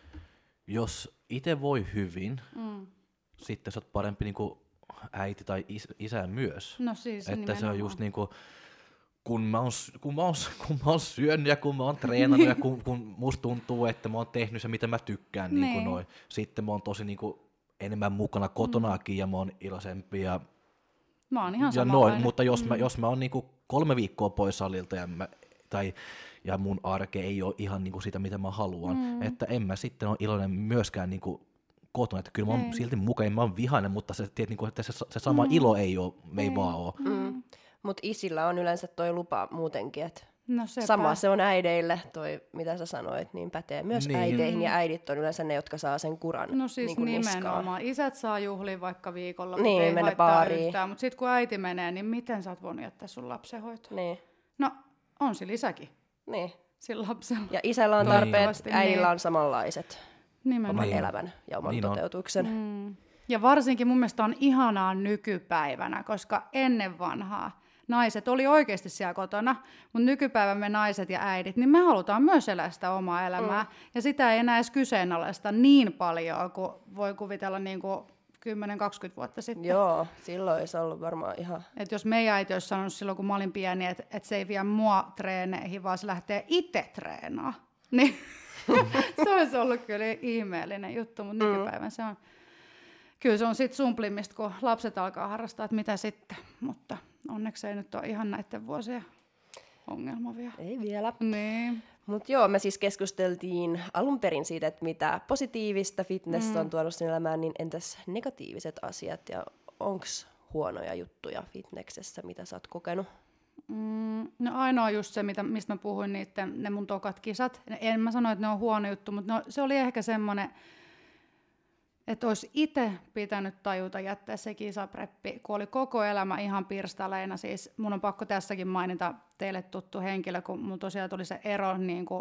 jos itse voi hyvin, mm. sitten sä oot parempi niin kuin äiti tai is- isä myös. No siis että nimenomaan. se on just niin kuin, kun mä oon, kun mä oon, kun mä oon syönyt ja kun mä oon treenannut ja kun, kun musta tuntuu, että mä oon tehnyt se, mitä mä tykkään, niin kuin noin. Sitten mä oon tosi niin kuin enemmän mukana kotonaakin mm. ja mä oon iloisempi. Ja, mä oon ihan ja noin, mutta jos, mm. mä, jos mä oon niin kuin kolme viikkoa pois salilta ja mä, tai ja mun arke ei ole ihan niinku sitä, mitä mä haluan. Mm. Että en mä sitten ole iloinen myöskään niinku kotona. Että kyllä mä oon ei. silti mukaan, mä oon vihainen, mutta se, tiedät, niinku, että se, se sama mm. ilo ei, ole, ei, ei vaan ole. Mm. Mutta isillä on yleensä toi lupa muutenkin, että no sama se on äideille, toi mitä sä sanoit, niin pätee myös niin. äiteihin. Ja äidit on yleensä ne, jotka saa sen kuran no siis niin nimenomaan. niskaan. Isät saa juhlia vaikka viikolla, niin, mutta ei mennä haittaa baariin. yhtään. Mutta sitten kun äiti menee, niin miten sä oot voinut jättää sun lapsenhoitoon? Niin. No on sillä isäkin. Niin. Sillä lapsella. Ja isällä on tarpeet, niin. äidillä on samanlaiset nimenomaan. oman elämän ja oman niin toteutuksen. Mm. Ja varsinkin mun mielestä on ihanaa nykypäivänä, koska ennen vanhaa naiset oli oikeasti siellä kotona, mutta nykypäivän me naiset ja äidit, niin me halutaan myös elää sitä omaa elämää. Mm. Ja sitä ei enää edes kyseenalaista niin paljon, kuin voi kuvitella niin kuin kymmenen kaksikymmentä vuotta sitten. Joo, silloin olisi ollut varmaan ihan... Et jos meidän äiti olisi sanonut silloin, kun mä olin pieni, että et se ei vie mua treeneihin, vaan se lähtee itse treenaamaan, niin se olisi ollut kyllä ihmeellinen juttu, mutta mm. nykypäivän se on... Kyllä se on sitten sumplimista, kun lapset alkaa harrastaa, että mitä sitten, mutta onneksi ei nyt ole ihan näiden vuosien ongelma vielä. Ei vielä. Niin. Mutta joo, me siis keskusteltiin alun perin siitä, että mitä positiivista fitness mm. on tuonut sinne elämään, niin entäs negatiiviset asiat ja onko huonoja juttuja fitneksessä, mitä sä oot kokenut? Mm, no ainoa just se, mitä, mistä mä puhuin, niitten, ne mun tokat kisat. En mä sano, että ne on huono juttu, mutta no, se oli ehkä semmoinen, että olisi itse pitänyt tajuta jättää se kisapreppi, kun oli koko elämä ihan pirstaleina. Siis mun on pakko tässäkin mainita teille tuttu henkilö, kun mun tosiaan tuli se ero, niin kuin,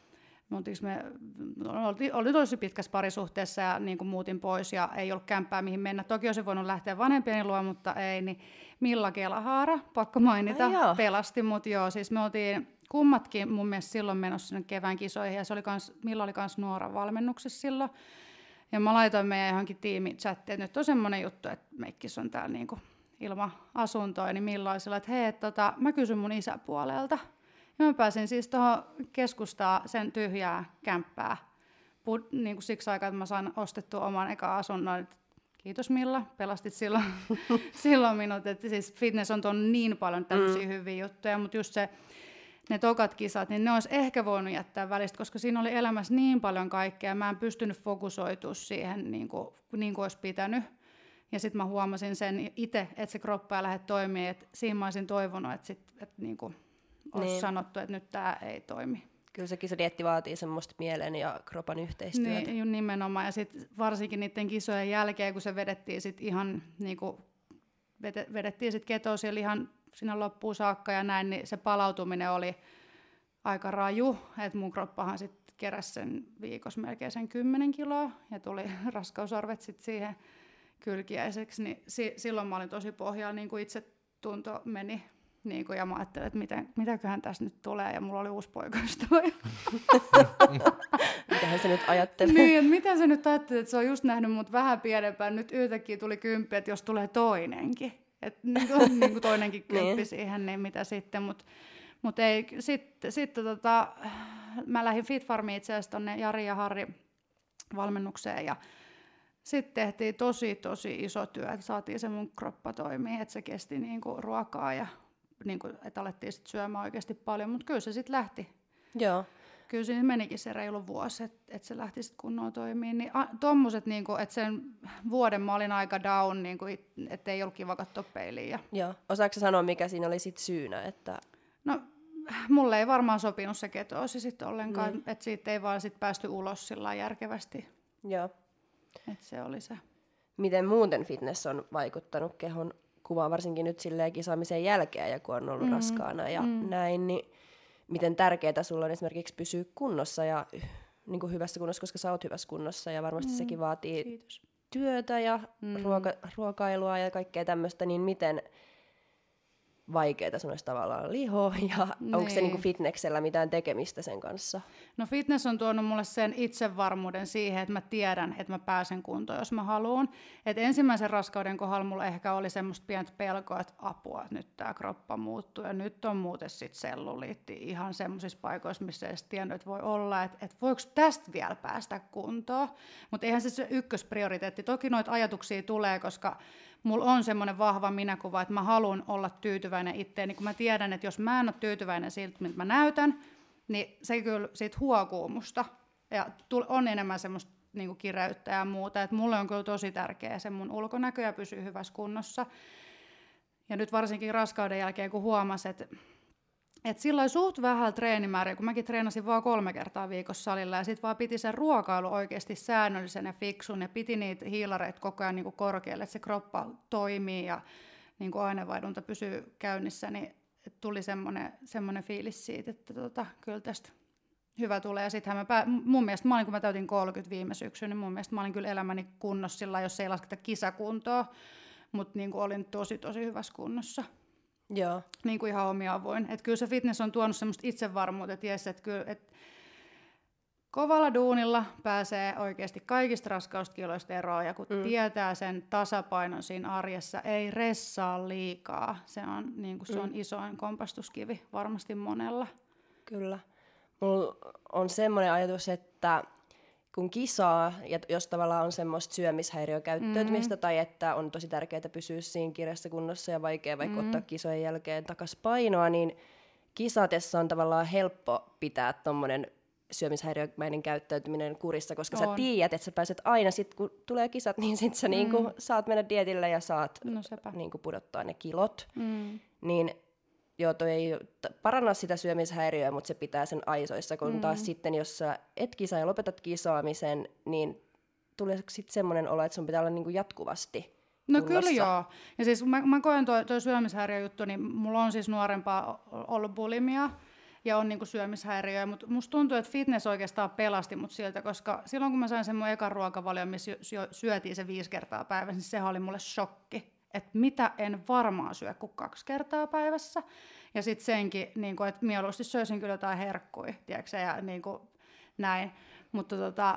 me oltiin, oltiin tosi pitkässä parisuhteessa ja niin kuin muutin pois ja ei ollut kämppää mihin mennä. Toki olisin voinut lähteä vanhempieni luo, mutta ei, niin Milla Kelahaara, pakko mainita, Ai pelasti mut. Joo, siis me oltiin kummatkin mun mielestä silloin menossa sinne kevään kisoihin ja se oli kans, Milla oli kans nuoran valmennuksessa silloin. Ja mä laitoin meidän johonkin tiimichattiin, että nyt on semmoinen juttu, että meikkis on täällä niinku ilman asuntoa, niin milloin sillä, että hei, tota, mä kysyn mun isäpuolelta. Ja mä pääsin siis tuohon keskustaa sen tyhjää kämppää, Pud, niin kuin siksi aikaa, että mä sain ostettua oman eka asunnon. Kiitos Milla, pelastit silloin, silloin minut, että siis fitness on tuonut niin paljon tämmöisiä mm. hyviä juttuja, mutta just se, ne tokat kisat, niin ne olisi ehkä voinut jättää välistä, koska siinä oli elämässä niin paljon kaikkea. Mä en pystynyt fokusoitumaan siihen niin kuin, niin kuin olisi pitänyt. Ja sitten mä huomasin sen itse, että se kroppa ei lähde toimii, että siinä mä olisin toivonut, että, sit, että niinku olisi niin. sanottu, että nyt tämä ei toimi. Kyllä se kisodieetti vaatii semmoista mielen ja kropan yhteistyötä. Niin, nimenomaan. Ja sitten varsinkin niiden kisojen jälkeen, kun se vedettiin sit ihan niinku, vedettiin sit ketosilla ihan sinne loppuun saakka ja näin, niin se palautuminen oli aika raju. Että mun kroppahan sitten keräsi sen viikossa melkein sen kymmenen kiloa ja tuli raskausarvet sitten siihen kylkiäiseksi. Niin si- silloin mä olin tosi pohjalla, niin kuin itsetunto meni. Niin kuin, ja mä ajattelin, että miten, mitäköhän tässä nyt tulee, ja mulla oli uusi poikaystävä. Mitähän se nyt ajattelee? Niin, että mitä se nyt ajattelee, että se on just nähnyt mut vähän pienempään, nyt yhtäkkiä tuli kymppi, että jos tulee toinenkin. Että niin kuin, niin kuin toinenkin kymppi niin. siihen, niin mitä sitten. Mutta mut ei, sitten sit, tota, mä lähdin Fit Farmiin itse asiassa tonne Jari ja Harri valmennukseen, ja sitten tehtiin tosi, tosi iso työ, että saatiin se mun kroppa toimii, että se kesti niinku ruokaa ja niinku, että alettiin sit syömään oikeasti paljon, mutta kyllä se sitten lähti. Joo. Kyllä siinä menikin se reilu vuosi, että et se lähti sitten kunnolla toimimaan. Niin tuommoiset, niinku, että sen vuoden mä olin aika down, niinku, että ei ollut kiva katsoa peiliin. Ja... Joo. Osaatko sä sanoa, mikä siinä oli sit syynä? Että... No, mulle ei varmaan sopinut se ketoosi sitten ollenkaan, mm. että siitä ei vaan sit päästy ulos sillä järkevästi. Joo. Et se oli se. Miten muuten fitness on vaikuttanut kehon kuvaan, varsinkin nyt silleen kisaamisen jälkeen, ja kun on ollut mm, raskaana ja mm. näin, niin miten tärkeää sulla on esimerkiksi pysyä kunnossa ja niin kuin hyvässä kunnossa, koska sä oot hyvässä kunnossa, ja varmasti mm, sekin vaatii kiitos. työtä ja mm. ruoka, ruokailua ja kaikkea tämmöistä, niin miten vaikeaa sun olisi tavallaan liho, ja niin. onko se niin kuin fitnessellä mitään tekemistä sen kanssa? No fitness on tuonut mulle sen itsevarmuuden siihen, että mä tiedän, että mä pääsen kuntoon, jos mä haluan. Et ensimmäisen raskauden kohdalla mulla ehkä oli semmoista pientä pelkoa, että apua, että nyt tää kroppa muuttuu, ja nyt on muuten sit selluliitti ihan semmoisissa paikoissa, missä ei edes tiennyt, että voi olla, että, että voiko tästä vielä päästä kuntoon. Mutta eihän se se ykkösprioriteetti. Toki noita ajatuksia tulee, koska mulla on semmoinen vahva minäkuva, että mä haluan olla tyytyväinen itteeni, kun mä tiedän, että jos mä en ole tyytyväinen siltä, miltä mä näytän, niin se kyllä siitä huokuu musta. Ja on enemmän semmoista niin kuin kireyttä ja muuta. Et mulle on kyllä tosi tärkeää se mun ulkonäkö ja pysyy hyvässä kunnossa. Ja nyt varsinkin raskauden jälkeen, kun huomasin, että että sillä oli suht vähän treenimääriä, kun mäkin treenasin vaan kolme kertaa viikossa salilla, ja sitten vaan piti sen ruokailu oikeasti säännöllisen ja fiksun, ja piti niitä hiilareita koko ajan niin kuin korkealle, että se kroppa toimii ja niin kuin aineenvaihdunta pysyy käynnissä, niin tuli semmoinen, semmoinen fiilis siitä, että tota, kyllä tästä hyvä tulee. Ja sittenhän mä pää... mun mielestä, mä olin, kun mä täytin kolmekymmentä viime syksyn, niin mun mielestä mä olin kyllä elämäni kunnossa sillä, jos ei lasketa kisakuntoa, mutta niin kuin olin tosi, tosi hyvässä kunnossa. Joo. Niin kuin ihan omia avoin. Että kyllä se fitness on tuonut semmoista itsevarmuutta, että jes, että kyllä, että kovalla duunilla pääsee oikeasti kaikista raskauskiloista eroon, ja kun mm. tietää sen tasapainon siinä arjessa, ei ressaa liikaa. Se on, niin kuin, se mm. on isoin kompastuskivi varmasti monella. Kyllä. Mulla on semmoinen ajatus, että kun kisaa, ja jos tavallaan on semmoista syömishäiriökäyttäytymistä, mm-hmm. tai että on tosi tärkeää pysyä siinä kireessä kunnossa ja vaikea vaikka mm-hmm. ottaa kisojen jälkeen takas painoa, niin kisatessa on tavallaan helppo pitää tommonen syömishäiriömäinen käyttäytyminen kurissa, koska on. Sä tiedät, että sä pääset aina, sit kun tulee kisat, niin sit sä mm. niinku saat mennä dietille ja saat no niinku pudottaa ne kilot. Mm. Niin joo, toi ei paranna sitä syömishäiriöä, mutta se pitää sen aisoissa, kun mm. taas sitten, jos sä et kisaa ja lopetat kisaamisen, niin tulee sitten semmoinen olo, että sun pitää olla niinku jatkuvasti No kunnossa. Kyllä joo. Ja siis mä, mä koen toi, toi syömishäiriöjuttu, niin mulla on siis nuorempaa ollut bulimia ja on niinku syömishäiriöä, mutta musta tuntuu, että fitness oikeastaan pelasti mut siltä, koska silloin kun mä sain sen mun ekan ruokavalion, missä syötiin se viisi kertaa päivässä, niin sehän oli mulle shokki. Että mitä en varmaan syö kuin kaksi kertaa päivässä. Ja sitten senkin, niin kun, että mieluusti söisin kyllä jotain herkkuja, tiedätkö, ja niin kuin näin. Mutta tota,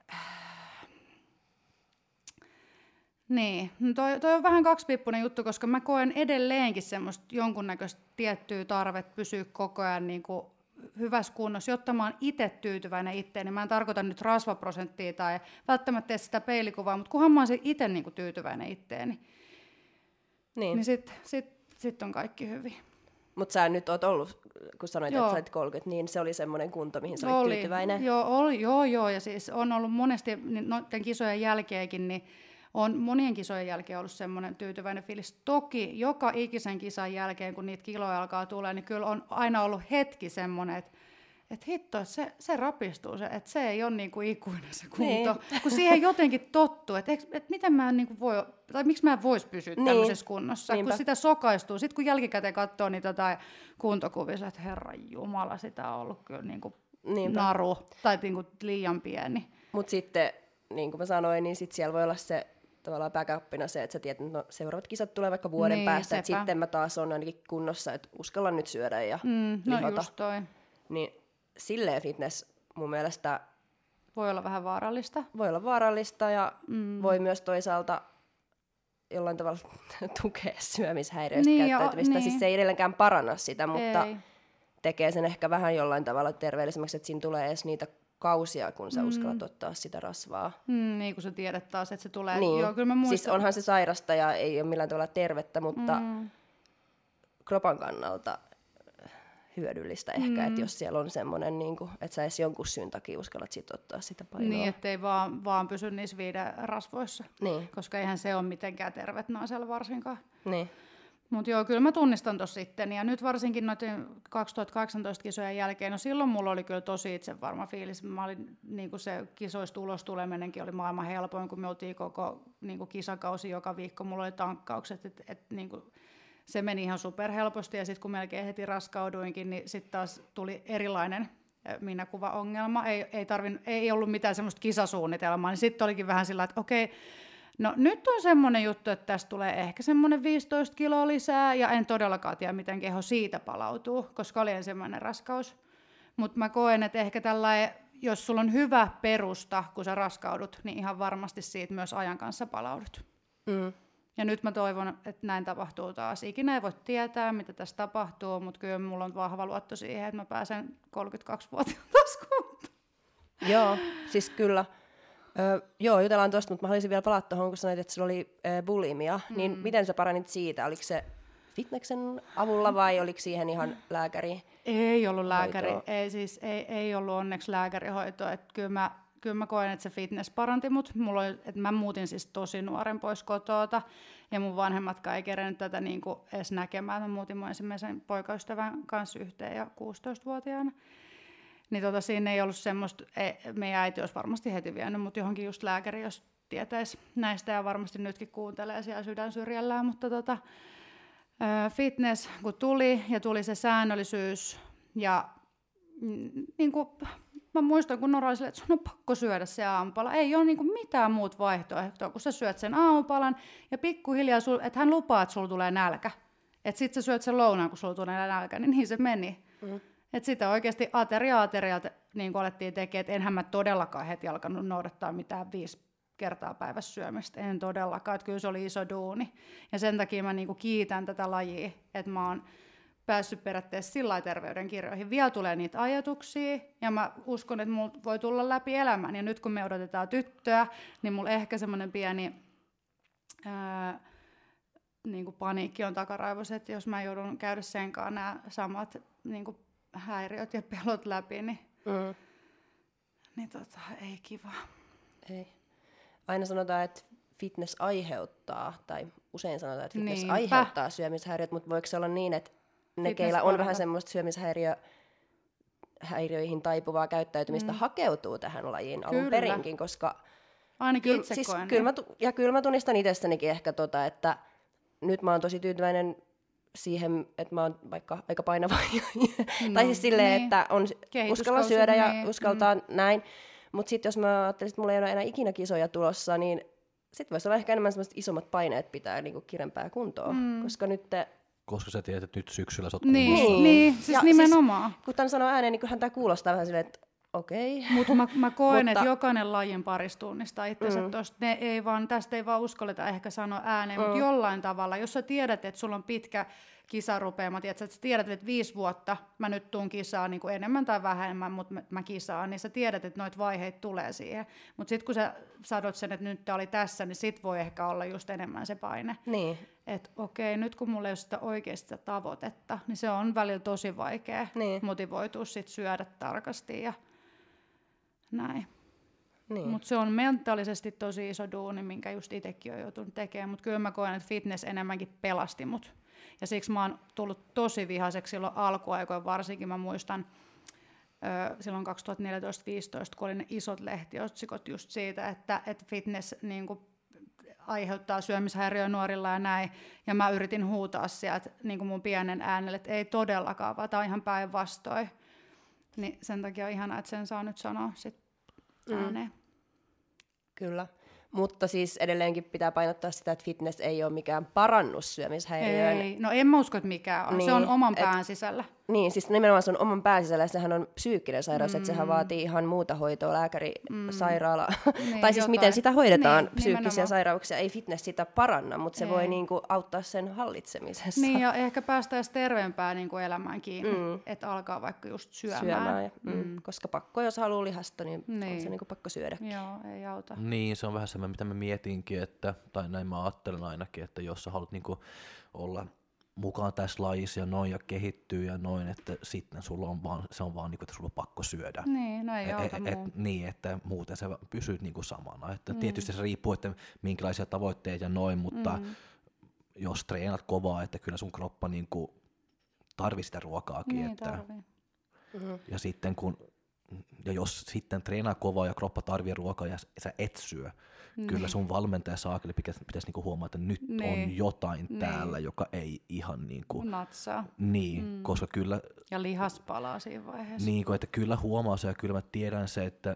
niin, toi, toi on vähän kaksipippunen juttu, koska mä koen edelleenkin semmoista jonkunnäköistä tiettyä tarvetta pysyä koko ajan niin kuin hyvässä kunnossa, jotta mä oon itse tyytyväinen itteeni. Mä en tarkoita nyt rasvaprosenttia tai välttämättä tee sitä peilikuvaa, mutta kunhan mä oon itse niin kuin tyytyväinen itteeni. Niin, niin sitten sit, sit on kaikki hyvin. Mutta sä nyt oot ollut, kun sanoit, joo. että sä olit kolmekymmentä, niin se oli semmoinen kunto, mihin sä olit oli. tyytyväinen? Joo, oli, joo, joo, ja siis on ollut monesti noiden kisojen jälkeenkin, niin on monien kisojen jälkeen ollut semmoinen tyytyväinen fiilis. Toki joka ikisen kisan jälkeen, kun niitä kiloja alkaa tulla, niin kyllä on aina ollut hetki semmoinen, että et hitto, se, se rapistuu, se, että se ei ole niinku ikuinen se kunto, niin. Kun siihen jotenkin tottuu, että et, et miten mä en niinku voi, tai miksi mä en voisi pysyä niin. tämmöisessä kunnossa, Niinpä. Kun sitä sokaistuu. Sitten kun jälkikäteen katsoo niitä tai kuntokuvia, että herran jumala, sitä on ollut kyllä niinku naru tai niinku liian pieni. Mutta sitten, niin kuin mä sanoin, niin sit siellä voi olla se tavallaan backupina se, että sä tiedät, että no, seuraavat kisat tulee vaikka vuoden niin, päästä, että sitten mä taas on ainakin kunnossa, että uskallan nyt syödä ja mm, lihota. No just toi. Niin silleen fitness mun mielestä voi olla vähän vaarallista. Voi olla vaarallista ja mm. voi myös toisaalta jollain tavalla tukea syömishäiriöistä niin käyttäytymistä. Niin. Siis se ei edelleenkään paranna sitä, mutta ei. Tekee sen ehkä vähän jollain tavalla terveellisemmäksi, että siinä tulee edes niitä kausia, kun sä mm. uskallat ottaa sitä rasvaa. Mm, niin kun sä tiedät taas, että se tulee. Niin. Joo, kyllä mä muistan. Siis onhan se sairasta ja ei ole millään tavalla tervettä, mutta mm. kropan kannalta hyödyllistä ehkä, mm. että jos siellä on semmoinen, niin kuin, että sä edes jonkun syyn takia uskallat sit ottaa sitä painoa. Niin, ettei vaan, vaan pysy niissä viiden rasvoissa, niin. Koska eihän se ole mitenkään tervet naisella varsinkaan. Niin. Mutta joo, kyllä mä tunnistan tuossa sitten, ja nyt varsinkin noiden kaksituhattakahdeksantoista kisojen jälkeen, no silloin mulla oli kyllä tosi itsevarma fiilis. Mä olin, niin kuin se kisoista ulos tuleminenkin oli maailman helpoin, kun me oltiin koko niin kuin kisakausi joka viikko, mulla oli tankkaukset, että et, niin kuin se meni ihan superhelposti, ja sitten kun melkein heti raskauduinkin, niin sitten taas tuli erilainen minäkuvaongelma. Ei, ei, tarvin, ei ollut mitään semmoista kisasuunnitelmaa, niin sitten olikin vähän sillä, että okei, no nyt on semmoinen juttu, että tästä tulee ehkä semmoinen viisitoista kiloa lisää, ja en todellakaan tiedä, miten keho siitä palautuu, koska oli ensimmäinen raskaus. Mutta mä koen, että ehkä tällainen, jos sulla on hyvä perusta, kun sä raskaudut, niin ihan varmasti siitä myös ajan kanssa palaudut. Mm. Ja nyt mä toivon, että näin tapahtuu taas. Ikinä ei voi tietää, mitä tässä tapahtuu, mutta kyllä mulla on vahva luotto siihen, että mä pääsen kolmekymmentäkaksivuotiaan taas kuntoon. Joo, siis kyllä. Ö, joo, jutellaan tuosta, mutta mä haluaisin vielä palata tuohon, kun sanoit, että sulla oli ö, bulimia. Mm. Niin miten sä paranit siitä? Oliko se fitneksen avulla vai oliko siihen ihan lääkäri? Ei ollut lääkäri. Ei, siis, ei, ei ollut onneksi lääkärihoitoa. Että kyllä mä Kyllä mä koen, että se fitness paranti mut. Mulla oli, että mä muutin siis tosi nuoren pois kotoota, ja mun vanhemmatkaan ei kerennyt tätä niinku edes näkemään. Mä muutin mun ensimmäisen poikaystävän kanssa yhteen ja kuusitoistavuotiaana. Niin tota, siinä ei ollut semmoista, ei, meidän äiti olisi varmasti heti vienyt mut johonkin just lääkäri, jos tietäisi näistä, ja varmasti nytkin kuuntelee siellä sydän syrjällään. Mutta tota, fitness kun tuli, ja tuli se säännöllisyys, ja mm, niinku... Mä muistan, kun Nora oli silleen, että sun on pakko syödä se aamupala. Ei ole niinku mitään muut vaihtoehtoa, kun sä syöt sen aamupalan ja pikkuhiljaa, sul, että hän lupaa, että sulla tulee nälkä. Että sit sä syöt sen lounaan, kun sulla tulee nälkä, niin niin se meni. Mm. Että sitä oikeasti ateria-aterialta niin alettiin tekemään, että enhän mä todellakaan heti alkanut noudattaa mitään viisi kertaa päivässä syömistä. En todellakaan, että kyllä se oli iso duuni. Ja sen takia mä niinku kiitän tätä lajia, että mä oon päässyt periaatteessa sillä terveydenkirjoihin. Vielä tulee niitä ajatuksia, ja mä uskon, että mulla voi tulla läpi elämän. Ja nyt kun me odotetaan tyttöä, niin mulla ehkä semmoinen pieni ää, niin kuin paniikki on takaraivossa, että jos mä joudun käydä senkaan nämä samat niin kuin häiriöt ja pelot läpi, niin, mm. niin tota, ei kiva. Ei. Aina sanotaan, että fitness aiheuttaa, tai usein sanotaan, että fitness Niinpä. aiheuttaa syömishäiriöt, mutta voiko se olla niin, että ne, fitness keillä on parata. vähän semmoista syömishäiriöihin taipuvaa käyttäytymistä, mm. hakeutuu tähän lajiin alun perinkin, koska ainakin itse siis, koen. Kyllä mä, ja kyllä mä tunnistan itsestänikin ehkä tota, että nyt mä oon tosi tyytyväinen siihen, että mä oon vaikka aika painava. No, tai siis silleen, niin. että on uskalla syödä ja niin. uskaltaa mm. näin. Mutta sitten jos mä ajattelisin, että mulla ei ole enää ikinä kisoja tulossa, niin sitten voisi olla ehkä enemmän semmoiset isommat paineet pitää niinku kirempää kuntoa, mm. koska nyt te... Koska sä tiedät, että nyt syksyllä sä oot niin, niin, niin, siis ja nimenomaan. Siis, kun tämän sanoo ääneen, niin kyllähän tämä kuulostaa vähän silleen, että okei. Okay. Mutta mä, mä koen, että jokainen lajin parissa tunnistaa itsensä mm. tosta. Ne ei vaan, tästä ei vaan uskalleta ehkä sanoa ääneen, mm. mutta jollain tavalla, jos sä tiedät, että sulla on pitkä kisarupeama, tiedät, että sä tiedät, että viisi vuotta mä nyt tuun kisaan niin kuin enemmän tai vähemmän, mutta mä, mä kisaan, niin sä tiedät, että noita vaiheita tulee siihen. Mutta sitten kun sä sadot sen, että nyt tää oli tässä, niin sit voi ehkä olla just enemmän se paine. Niin. Että okei, nyt kun mulla ei ole sitä oikeasti sitä tavoitetta, niin se on välillä tosi vaikea niin. motivoitua sit syödä tarkasti ja näin. Niin. Mutta se on mentaalisesti tosi iso duuni, minkä just itsekin olen joutunut tekemään. Mutta kyllä mä koen, että fitness enemmänkin pelasti mut. Ja siksi mä oon tullut tosi vihaiseksi silloin alkuaikoin, varsinkin mä muistan ö, silloin kaksituhattaneljätoista viisitoista, kun oli ne isot lehtiotsikot just siitä, että, että fitness niin kuin aiheuttaa syömishäiriöä nuorilla ja näin. Ja mä yritin huutaa sieltä niin kuin mun pienen äänelle, että ei todellakaan, vaan tää on ihan päinvastoin. Niin sen takia on ihanaa, että sen saa nyt sanoa sit ääneen. Mm. Kyllä. Mutta siis edelleenkin pitää painottaa sitä, että fitness ei ole mikään parannus syömishäiriöön. Ei, no en mä usko, että mikään on. Niin, se on oman pään et, sisällä. Niin, siis nimenomaan se on oman pään sisällä, ja sehän on psyykkinen sairaus, mm. että sehän vaatii ihan muuta hoitoa, lääkäri, mm. sairaala. Niin, tai siis jotain. Miten sitä hoidetaan, niin, psyykkisiä nimenomaan. Sairauksia. Ei fitness sitä paranna, mutta se ei. Voi niinku auttaa sen hallitsemisessa. Niin, ja ehkä päästäisiin terveempään niinku elämään kiinni, mm. että alkaa vaikka just syömään. syömään ja, mm. Mm. Koska pakko, jos haluaa lihasta, niin, niin. on se niinku pakko syödäkin. Joo, ei auta. Niin, se on vähän semmoinen, mitä mä mietinkin, että, tai näin mä ajattelen ainakin, että jos sä haluat niinku olla mukaan tässä lajissa ja noin ja kehittyy ja noin, että sitten sulla on vaan, se on vaan niinku, että sulla on pakko syödä. Niin, no ei auta et, et, Niin, että muuten se pysyt niinku samana. Että mm. Tietysti se riippuu, että minkälaisia tavoitteita ja noin, mutta mm. jos treenat kovaa, että kyllä sun kroppa niinku tarvii sitä ruokaakin. Niin, että, mm-hmm. ja sitten kun ja jos sitten treenaa kovaa ja kroppa tarvii ruokaa ja sä et syö, niin. Kyllä sun valmentaja saakeli pitäisi, pitäisi niinku huomata, että nyt niin. on jotain niin. täällä, joka ei ihan niinku natsaa. Niin, mm. koska kyllä ja lihas palaa siinä vaiheessa. Niin, että kyllä huomaa se ja kyllä mä tiedän se, että,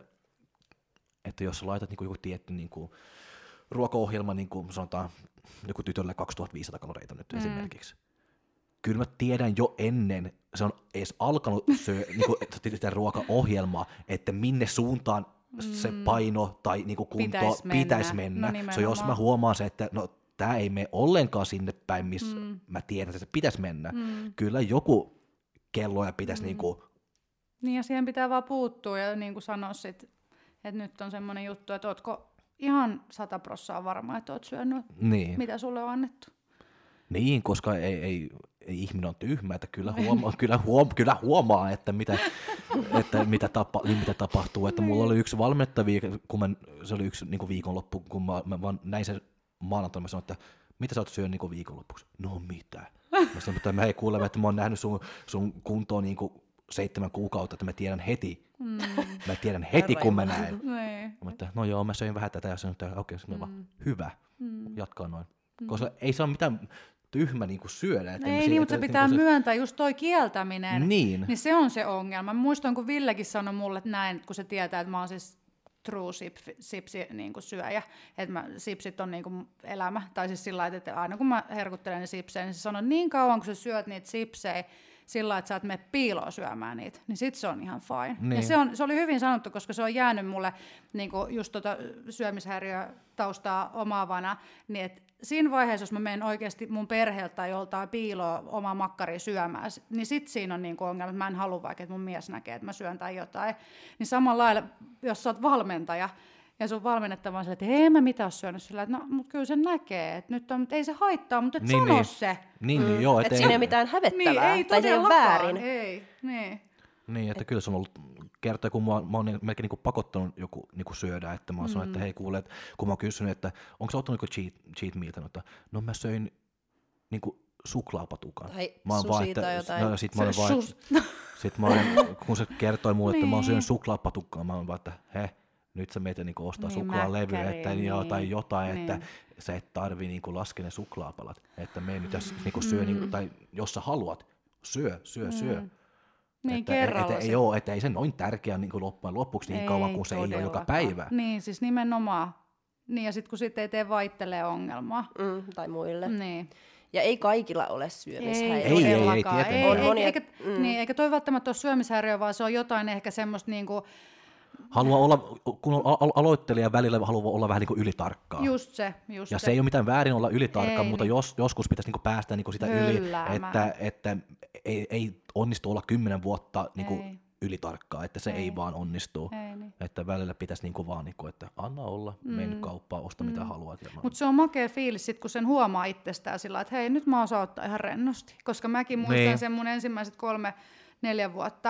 että jos sä laitat niinku joku tietty niinku ruokaohjelma, niinku sanotaan joku tytölle kaksituhattaviisisataa kaloreita nyt mm. esimerkiksi. Kyllä mä tiedän jo ennen, se on edes alkanut syö, niinku, sitä ruokaohjelmaa, että minne suuntaan mm. se paino tai niinku kunto pitäisi mennä. Pitäis mennä. No, so jos mä huomaan se, että no, tää ei mene ollenkaan sinne päin, missä mm. mä tiedän, että se pitäisi mennä. Mm. Kyllä joku kelloja pitäisi mm. niinku... Niin ja siihen pitää vaan puuttua ja niin kuin sanoa sit, että nyt on semmoinen juttu, että ootko ihan sata prossaa varma, että oot syönyt, niin. mitä sulle on annettu. Niin, koska ei, ei, ei ihminen on tyhmä, että kyllä huomaa, kyllä huom, kyllä huomaa että, mitä, että mitä, tapa, mitä tapahtuu. Että mulla oli yksi valmennettavia, kun mä, se oli yksi niin kuin viikonloppu, kun mä, mä vaan näin sen maanantaina, mä sanoin, että mitä sä oot syönyt niin kuin viikonloppuksi? No mitä? Mä sanoin, että mä hei kuule, että mä oon nähnyt sun, sun kuntoon niin kuin seitsemän kuukautta, että mä tiedän heti. Mm. Mä tiedän heti, kun mä näen. Mä että, no joo, mä söin vähän tätä ja sanoin, että okei, okay, mm. hyvä, mm. jatkaa noin. Mm. Koska ei saa mitään tyhmä niin kuin syödä. Että ei, niin, mutta se pitää niin myöntää, se... just toi kieltäminen, niin. niin se on se ongelma. Mä muistan, kun Villekin sanoi mulle näin, kun se tietää, että mä oon siis true sipsi niin kuin syöjä, että mä, sipsit on niin kuin elämä, tai siis sillä lailla, että aina kun mä herkuttelen ne sipsejä, niin se sanoo, niin kauan kun sä syöt niitä sipsejä, sillä lailla, että sä et mene piiloon syömään niitä, niin sit se on ihan fine. Niin. Ja se, on, se oli hyvin sanottu, koska se on jäänyt mulle niin kuin just tota syömishäiriötaustaa omaavana, niin että siinä vaiheessa, jos mä menen oikeasti mun perheeltä tai joltain piiloa omaa makkaria syömään, niin sit siinä on niin kuin ongelma, että mä en halua vaikka, että mun mies näkee, että mä syön tai jotain. Niin samalla lailla, jos sä oot valmentaja, ja sun valmennettava on sille, että ei mä mitään ole syönyt sillä, että no, mutta kyllä se näkee, että nyt on, mutta ei se haittaa, mutta et niin, sano niin. se. Niin, mm. niin, joo. Että et siinä ei ole mitään hävettävää, niin, ei tai se ei ole väärin. Ei, niin. Niin, että et. Kyllä se on ollut kertoja, kun mä, mä oon melkein niinku pakottanut joku niinku syödä, että mä oon mm. sanonut, että hei kuule, että kun mä oon kysynyt, että onko sä ottanut cheat, cheat mealtä, että no mä söin niinku suklaapatukan. Tai mä susi tai jotain. No, sit mä olen vaan, sit mä olen, kun se kertoi mulle, että niin. mä oon syönyt suklaapatukkaa, mä oon vaan, että he, nyt sä meitä niinku ostaa niin, suklaalevyä että, niin. tai jotain, niin. että sä et tarvii niinku laskea ne suklaapalat, että me nyt jos niinku syö, mm. niinku, tai jos sä haluat, syö, syö, mm. syö. Niin, että, kerralla. Että, joo, että ei se noin tärkeä niin loppujen lopuksi niin ei, kauan, kun se ei ole joka päivä. Niin, siis nimenomaan. Niin, ja sitten kun sitten ei tee vaittelee ongelmaa. Mm, tai muille. Niin. Ja ei kaikilla ole syömishäiriö. Ei, ei, ei, ei tietenkään. Ei, on monia, eikä, mm. niin, eikä toi välttämättä ole syömishäiriö, vaan se on jotain ehkä semmoista niinku... Haluaa olla, kun on alo- aloittelija välillä, haluaa olla vähän niin kuin ylitarkkaa. Just se, just ja se. se ei ole mitään väärin olla ylitarkkaa, ei, mutta niin. jos, joskus pitäisi niin kuin päästä niin kuin sitä Hölläämään. yli, että, että ei, ei onnistu olla kymmenen vuotta niin kuin ylitarkkaa, että se ei, ei vaan onnistu. Ei, niin. Että välillä pitäisi niin kuin vaan, niin kuin, että anna olla, mm. mene kauppaan, osta mm. mitä haluat. Mutta se on makea fiilis, sit, kun sen huomaa itsestään sillä, että hei, nyt mä osaan ottaa ihan rennosti. Koska mäkin muistan niin. sen mun ensimmäiset kolme, neljä vuotta,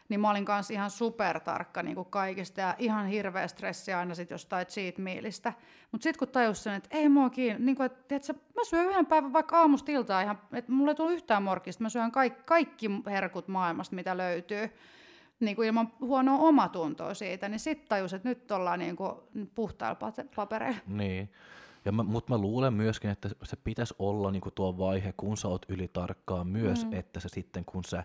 niin mä olin kanssa ihan supertarkka niin kuin kaikista ja ihan hirveä stressi aina sit jostain cheat mealistä. Mutta sitten kun tajusin sen, että ei mua kiinni, niin kuin, että tiiätkö, mä syön yhden päivän vaikka aamusta iltaan ihan, että mulla ei tullut yhtään morkista, mä syön kaikki, kaikki herkut maailmasta, mitä löytyy. Niin kuin ilman huonoa omatuntoa siitä, niin sitten tajus, että nyt ollaan niin kuin puhtailla papereilla. Niin, mutta mä luulen myöskin, että se pitäisi olla niin kuin tuo vaihe, kun sä oot ylitarkkaa myös, mm. että se sitten kun sä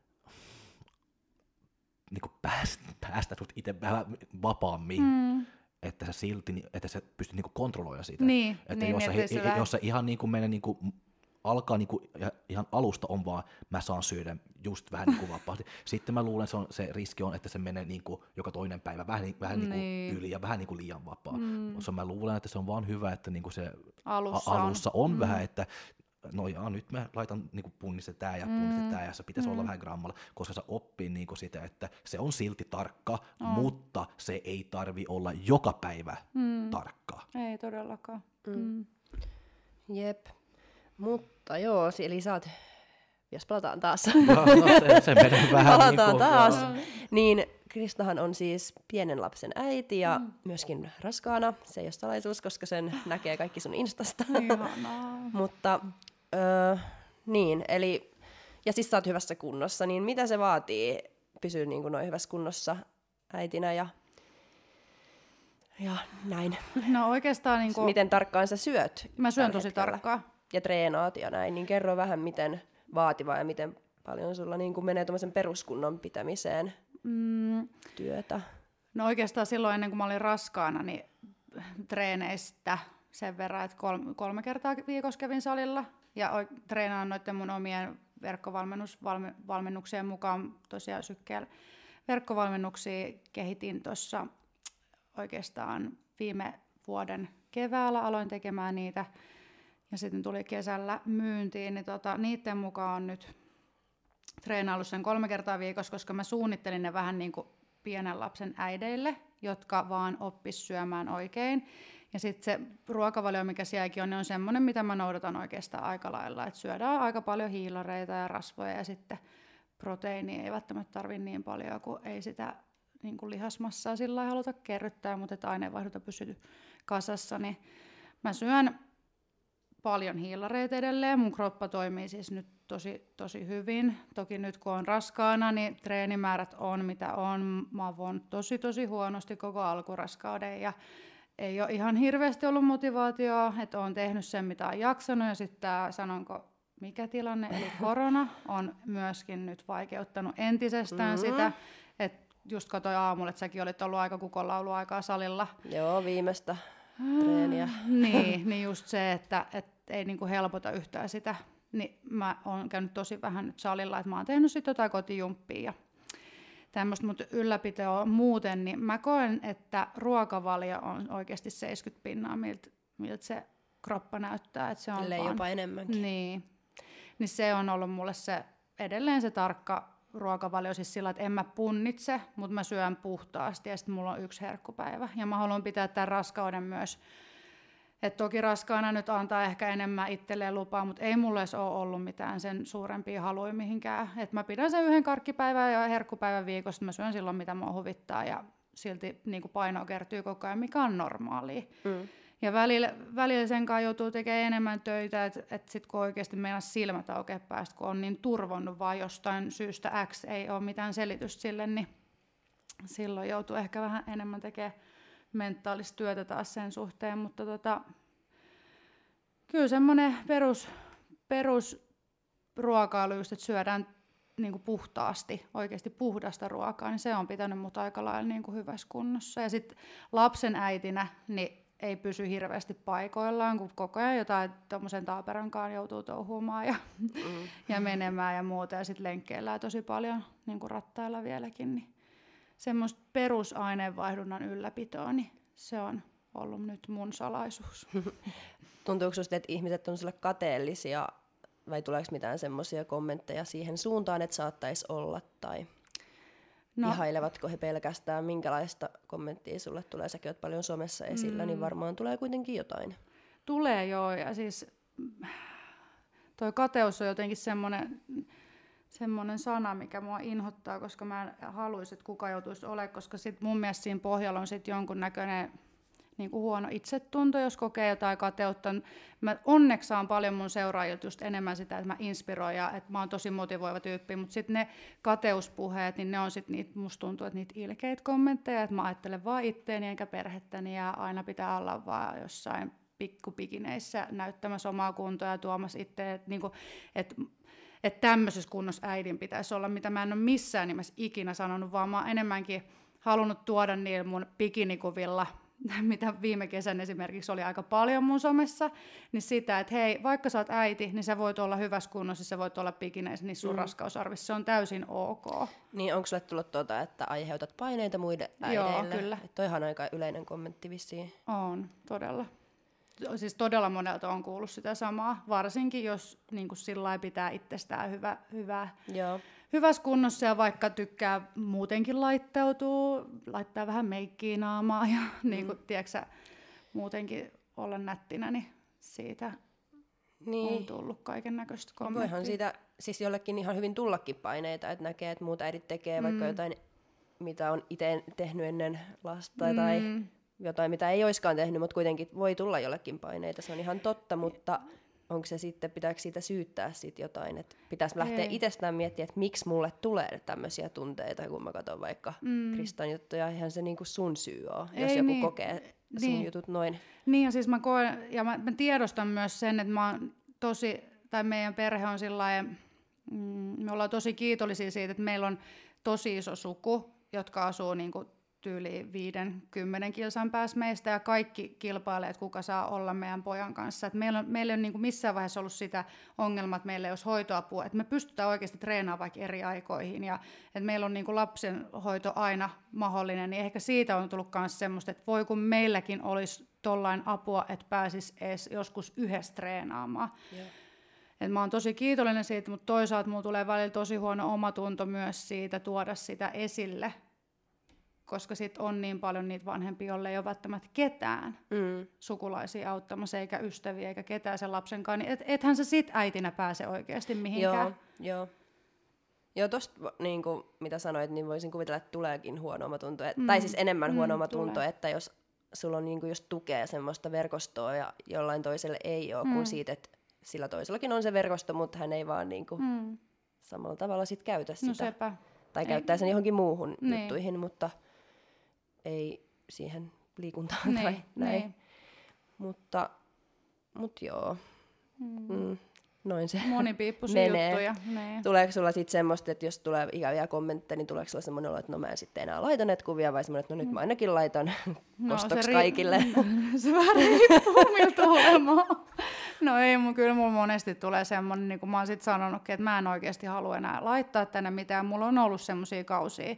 niin kuin pääst, päästät sut itse vähän vapaammin, mm. että sä silti, että sä pystyt niin kuin kontrolloimaan sitä. Niin, että niin, jos, sä, niin, he, jos sä ihan niin kuin menee niin kuin alkaa niinku, ihan alusta on vaan, mä saan syödä just vähän niinku vapaasti. Sitten mä luulen, se, on, se riski on, että se menee niinku joka toinen päivä vähän, vähän niin. niinku yli ja vähän niinku liian vapaa. Mm. So mä luulen, että se on vaan hyvä, että niinku se alussa, a, alussa on, on mm. vähän, että no jaa, nyt mä laitan niinku punnista tää ja punnista mm. tää ja se pitäisi mm. olla vähän grammalla, koska se oppii niinku sitä, että se on silti tarkka, oh. mutta se ei tarvi olla joka päivä mm. tarkkaa. Ei todellakaan. Mm. Mm. Jep. Mutta joo, eli sä oot, jos palataan taas, no, no, se, se menee vähän palataan niin kuin, taas, joo. Niin Kristahan on siis pienen lapsen äiti ja mm. myöskin raskaana. Se ei ole salaisuus, koska sen näkee kaikki sun Instasta. Ihanaa. Mutta öö, niin, eli, ja siis sä oot hyvässä kunnossa, niin mitä se vaatii pysyä niin kuin noin hyvässä kunnossa äitinä ja, ja näin? No oikeastaan niin kuin, miten tarkkaan sä syöt? Mä syön tosi tarkkaan. Ja treenaat ja näin, niin kerro vähän, miten vaativaa ja miten paljon sulla niin kuin menee tuommoisen peruskunnon pitämiseen mm. työtä. No oikeastaan silloin ennen kuin mä olin raskaana, niin treeneistä sen verran, että kolme, kolme kertaa viikossa kävin salilla ja treenaan noiden mun omien verkkovalmennuksien mukaan tosiaan sykkeellä. Verkkovalmennuksia kehitin tuossa oikeastaan viime vuoden keväällä, aloin tekemään niitä. Ja sitten tuli kesällä myyntiin, niin tota, niiden mukaan on nyt treenaillut sen kolme kertaa viikossa, koska mä suunnittelin ne vähän niin kuin pienen lapsen äideille, jotka vaan oppis syömään oikein. Ja sitten se ruokavalio, mikä sielläkin on, niin on semmoinen, mitä mä noudatan oikeastaan aika lailla. Että syödään aika paljon hiilareita ja rasvoja ja sitten proteiinia ei välttämättä tarvitse niin paljon, kun ei sitä niin kuin lihasmassaa sillä lailla haluta kerryttää, mutta että aineenvaihdunta pysyy kasassa, niin mä syön paljon hiilareita edelleen. Mun kroppa toimii siis nyt tosi, tosi hyvin. Toki nyt kun on raskaana, niin treenimäärät on mitä on. Mä oon voinut tosi tosi huonosti koko alkuraskauden ja ei ole ihan hirveästi ollut motivaatioa, että oon tehnyt sen mitä on jaksanut ja sitten tää sanonko mikä tilanne, eli korona on myöskin nyt vaikeuttanut entisestään mm-hmm. sitä, että just katsoin aamulla, että säkin olit ollut aika kukonlauluaikaa salilla. Joo, viimeistä treeniä. niin, niin just se, että et ei niinku helpota yhtään sitä. Niin mä oon käynyt tosi vähän nyt salilla, että mä oon tehnyt sitten jotain kotijumppia ja tämmöistä, mutta ylläpitoa muuten, niin mä koen, että ruokavalio on oikeasti seitsemänkymmentä pinnaa, miltä, miltä se kroppa näyttää. Että se on Ellei vaan, jopa enemmänkin. Niin, niin se on ollut mulle se edelleen se tarkka ruokavalio, siis sillä, että en mä punnitse, mutta mä syön puhtaasti ja sitten mulla on yksi herkkupäivä. Ja mä haluan pitää tämän raskauden myös. Et toki raskaana nyt antaa ehkä enemmän itselleen lupaa, mutta ei mulle edes ole ollut mitään sen suurempia haluja mihinkään. Et mä pidän sen yhden karkkipäivän ja herkkupäivän viikosta, mä syön silloin mitä mua huvittaa ja silti niin kuin paino kertyy koko ajan, mikä on normaalia. Mm. Ja välillä, välillä sen kanssa joutuu tekemään enemmän töitä, että et sitten kun oikeasti meidän silmät aukeaa päästä, kun on niin turvonnut vaan jostain syystä X, ei ole mitään selitystä sille, niin silloin joutuu ehkä vähän enemmän tekemään mentaalista työtä taas sen suhteen, mutta tota, kyllä semmoinen perus, perus ruokailu, just, että syödään niin kuin puhtaasti, oikeasti puhdasta ruokaa, niin se on pitänyt mut aika lailla niin kuin hyvässä kunnossa. Ja sitten lapsen äitinä, niin ei pysy hirveästi paikoillaan, kun koko ajan jotain tommosen taaperankaan joutuu touhumaan ja, mm. ja menemään ja muuta, ja sitten lenkkeillään tosi paljon niin kuin rattailla vieläkin, niin semmoista perusaineenvaihdunnan ylläpitoa, niin se on ollut nyt mun salaisuus. Tuntuuko susta, että ihmiset on sulle kateellisia, vai tuleeko mitään semmoisia kommentteja siihen suuntaan, että saattaisi olla, tai no, ihailevatko he pelkästään, minkälaista kommenttia sulle tulee? Säkin oot paljon somessa esillä, mm. niin varmaan tulee kuitenkin jotain. Tulee joo, ja siis toi kateus on jotenkin semmoinen, semmoinen sana, mikä mua inhottaa, koska mä en haluaisi, että kuka joutuisi olemaan, koska sit mun mielestä siinä pohjalla on sit jonkunnäköinen niin kuin huono itsetunto, jos kokee jotain kateutta. Mä onneksi saan paljon mun seuraajilta just enemmän sitä, että mä inspiroin ja että mä oon tosi motivoiva tyyppi, mutta sitten ne kateuspuheet, niin ne on sitten niitä, musta tuntuu, että niitä ilkeitä kommentteja, että mä ajattelen vaan itteeni enkä perhettäni ja aina pitää olla vaan jossain pikkupikineissä näyttämässä omaa kuntoa ja tuomassa itse, että niinku, et, et tämmöisessä kunnossa äidin pitäisi olla, mitä mä en ole missään nimessä ikinä sanonut, vaan mä oon enemmänkin halunnut tuoda niillä mun bikinikuvilla, mitä viime kesän esimerkiksi oli aika paljon mun somessa, niin sitä, että hei, vaikka sä oot äiti, niin sä voit olla hyvässä kunnossa, sä voit olla bikineissä, niin sun mm. raskausarvissa se on täysin ok. Niin, onko sulle tullut tuota, että aiheutat paineita muille äideille? Joo, kyllä. Et toihan on aika yleinen kommentti vissiin. On, todella. Siis todella monelta on kuullut sitä samaa, varsinkin jos niin kuin sillä pitää itsestään hyvä, hyvää. Joo. Hyvässä kunnossa ja vaikka tykkää muutenkin laittautua, laittaa vähän meikkiä naamaa ja mm. niin kuin, tiedätkö, muutenkin olla nättinä, niin siitä niin. on tullut kaiken näköistä kommenttia. Voihan siitä siis jollekin ihan hyvin tullakin paineita, että näkee, että muut äidit tekee mm. vaikka jotain, mitä on itse tehnyt ennen lasta mm. tai jotain, mitä ei olisikaan tehnyt, mutta kuitenkin voi tulla jollekin paineita, se on ihan totta, mutta onko se sitten, pitääkö siitä syyttää sit jotain, että pitäisi lähteä ei. itsestään miettimään, että miksi mulle tulee tämmöisiä tunteita, kun mä katson vaikka mm. Kristan juttuja, eihän se niinku sun syy ole, jos ei, joku niin. kokee sun niin. jutut noin. Niin, ja siis mä koen, ja mä, mä tiedostan myös sen, että mä oon tosi, tai meidän perhe on sillain, mm, me ollaan tosi kiitollisia siitä, että meillä on tosi iso suku, jotka asuu niinku tyyliin viiden, kymmenen kilsan päässä meistä ja kaikki kilpailee, että kuka saa olla meidän pojan kanssa. Et meillä, on, meillä ei ole niin missään vaiheessa ollut sitä ongelmaa, että meillä ei olisi hoitoapua, että me pystytään oikeasti treenaamaan vaikka eri aikoihin ja että meillä on niin lapsenhoito aina mahdollinen, niin ehkä siitä on tullut myös semmoista, että voi kun meilläkin olisi tollain apua, että pääsisi edes joskus yhdessä treenaamaan. Yeah. Et mä oon tosi kiitollinen siitä, mutta toisaalta mulla tulee välillä tosi huono omatunto myös siitä tuoda sitä esille, koska sit on niin paljon niitä vanhempia, joille ei ole välttämättä ketään mm. sukulaisia auttamassa, eikä ystäviä, eikä ketään sen lapsen kanssa, niin et, ethän sä sit äitinä pääse oikeasti mihinkään. Joo, joo. Joo, tosta niin kuin, mitä sanoit, niin voisin kuvitella, että tuleekin huono omatunto, et, mm. tai siis enemmän huono mm, omatunto, tulee. Että jos sulla on niin kuin, jos tukee semmoista verkostoa ja jollain toiselle ei ole, mm. kun siitä, että sillä toisellakin on se verkosto, mutta hän ei vaan niin kuin, mm. samalla tavalla sit käytä sitä. No sepä. Tai ei. Käyttää sen johonkin muuhun niin. juttuihin, mutta ei siihen liikuntaan niin, tai näin. Niin. Mutta, mut joo, mm. Mm, noin se monipiippuisia juttuja. Niin. Tuleeko sulla sitten semmoista, että jos tulee ikäviä kommentteja, niin tuleeko sulla semmoinen olo, että no mä en sitten enää laita näitä kuvia, vai semmoinen, että no nyt mä ainakin laitan no, kostoksi ri- kaikille? Se vähän riippuu miltä olemaan. No ei, mun, kyllä mulla monesti tulee semmoinen, niin kuin mä oon sitten sanonutkin, että mä en oikeasti halua enää laittaa tänne mitään. Mulla on ollut semmoisia kausia,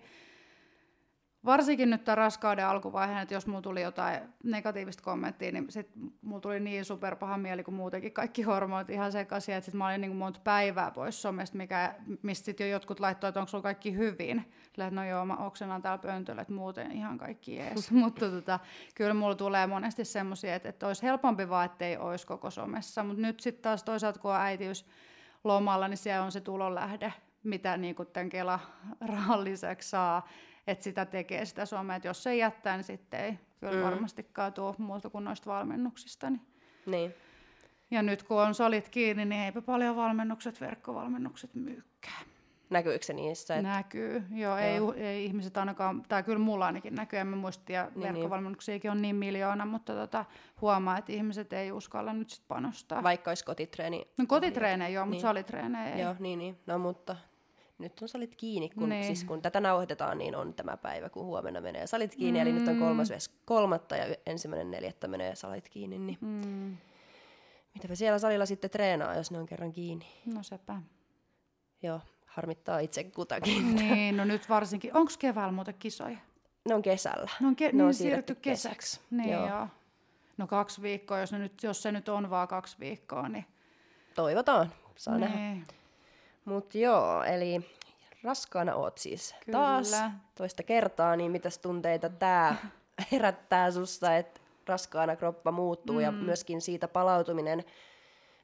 varsinkin nyt tämän raskauden alkuvaiheen, että jos mulla tuli jotain negatiivista kommenttia, niin sit mulla tuli niin superpaha mieli, kun muutenkin kaikki hormonit ihan sekaisin, että sit mä olin niin kuin monta päivää pois somesta, mikä, mistä sitten jo jotkut laittoi, että onko sulla kaikki hyvin. Sillä, no joo, mä oksennan täällä pöntöllä, että muuten ihan kaikki jees. Mutta tota, kyllä mulla tulee monesti semmoisia, että, että olisi helpompi vaan, ettei olisi koko somessa. Mutta nyt sitten taas toisaalta, kun on äitiys lomalla, niin siellä on se tulonlähde, mitä niin kuin tämän Kela-rahan lisäksi saa. Että sitä tekee sitä somea, että jos se jättää, niin sitten ei kyllä mm. varmastikaan tule muuta kuin noista valmennuksista. Niin. Niin. Ja nyt kun on salit kiinni, niin eipä paljon valmennukset, verkkovalmennukset myykkää. Näkyykö se niissä? Että... Näkyy, joo, joo. Ei, ei ihmiset ainakaan, tai kyllä mulla ainakin näkyy, en mä muista, ja niin, verkkovalmennuksiakin on niin miljoona, mutta tota, huomaa, että ihmiset ei uskalla nyt sit panostaa. Vaikka olisi kotitreeni? No kotitreenejä joo, niin. Mutta salitreenejä ei. Joo, niin, niin. No mutta... Nyt on salit kiinni, kun, niin. siis kun tätä nauhoitetaan, niin on tämä päivä, kun huomenna menee salit kiinni. Mm. Eli nyt on kolmas kolmatta ja ensimmäinen neljättä menee salit kiinni. Niin mm. mitäpä siellä salilla sitten treenaa, jos ne on kerran kiinni? No sepä. Joo, harmittaa itse kutakin. Niin, no nyt varsinkin. Onko keväällä muuten kisoja? Ne on kesällä. Ne on, ke- ne on on siirretty kesäksi. kesäksi. Niin joo. joo. No kaksi viikkoa, jos, ne nyt, jos se nyt on vaan kaksi viikkoa, niin... Toivotaan, saa niin. nähdä. Mutta joo, eli raskaana oot siis Kyllä. taas toista kertaa, niin mitäs tunteita tää herättää sussa, että raskaana kroppa muuttuu mm. ja myöskin siitä palautuminen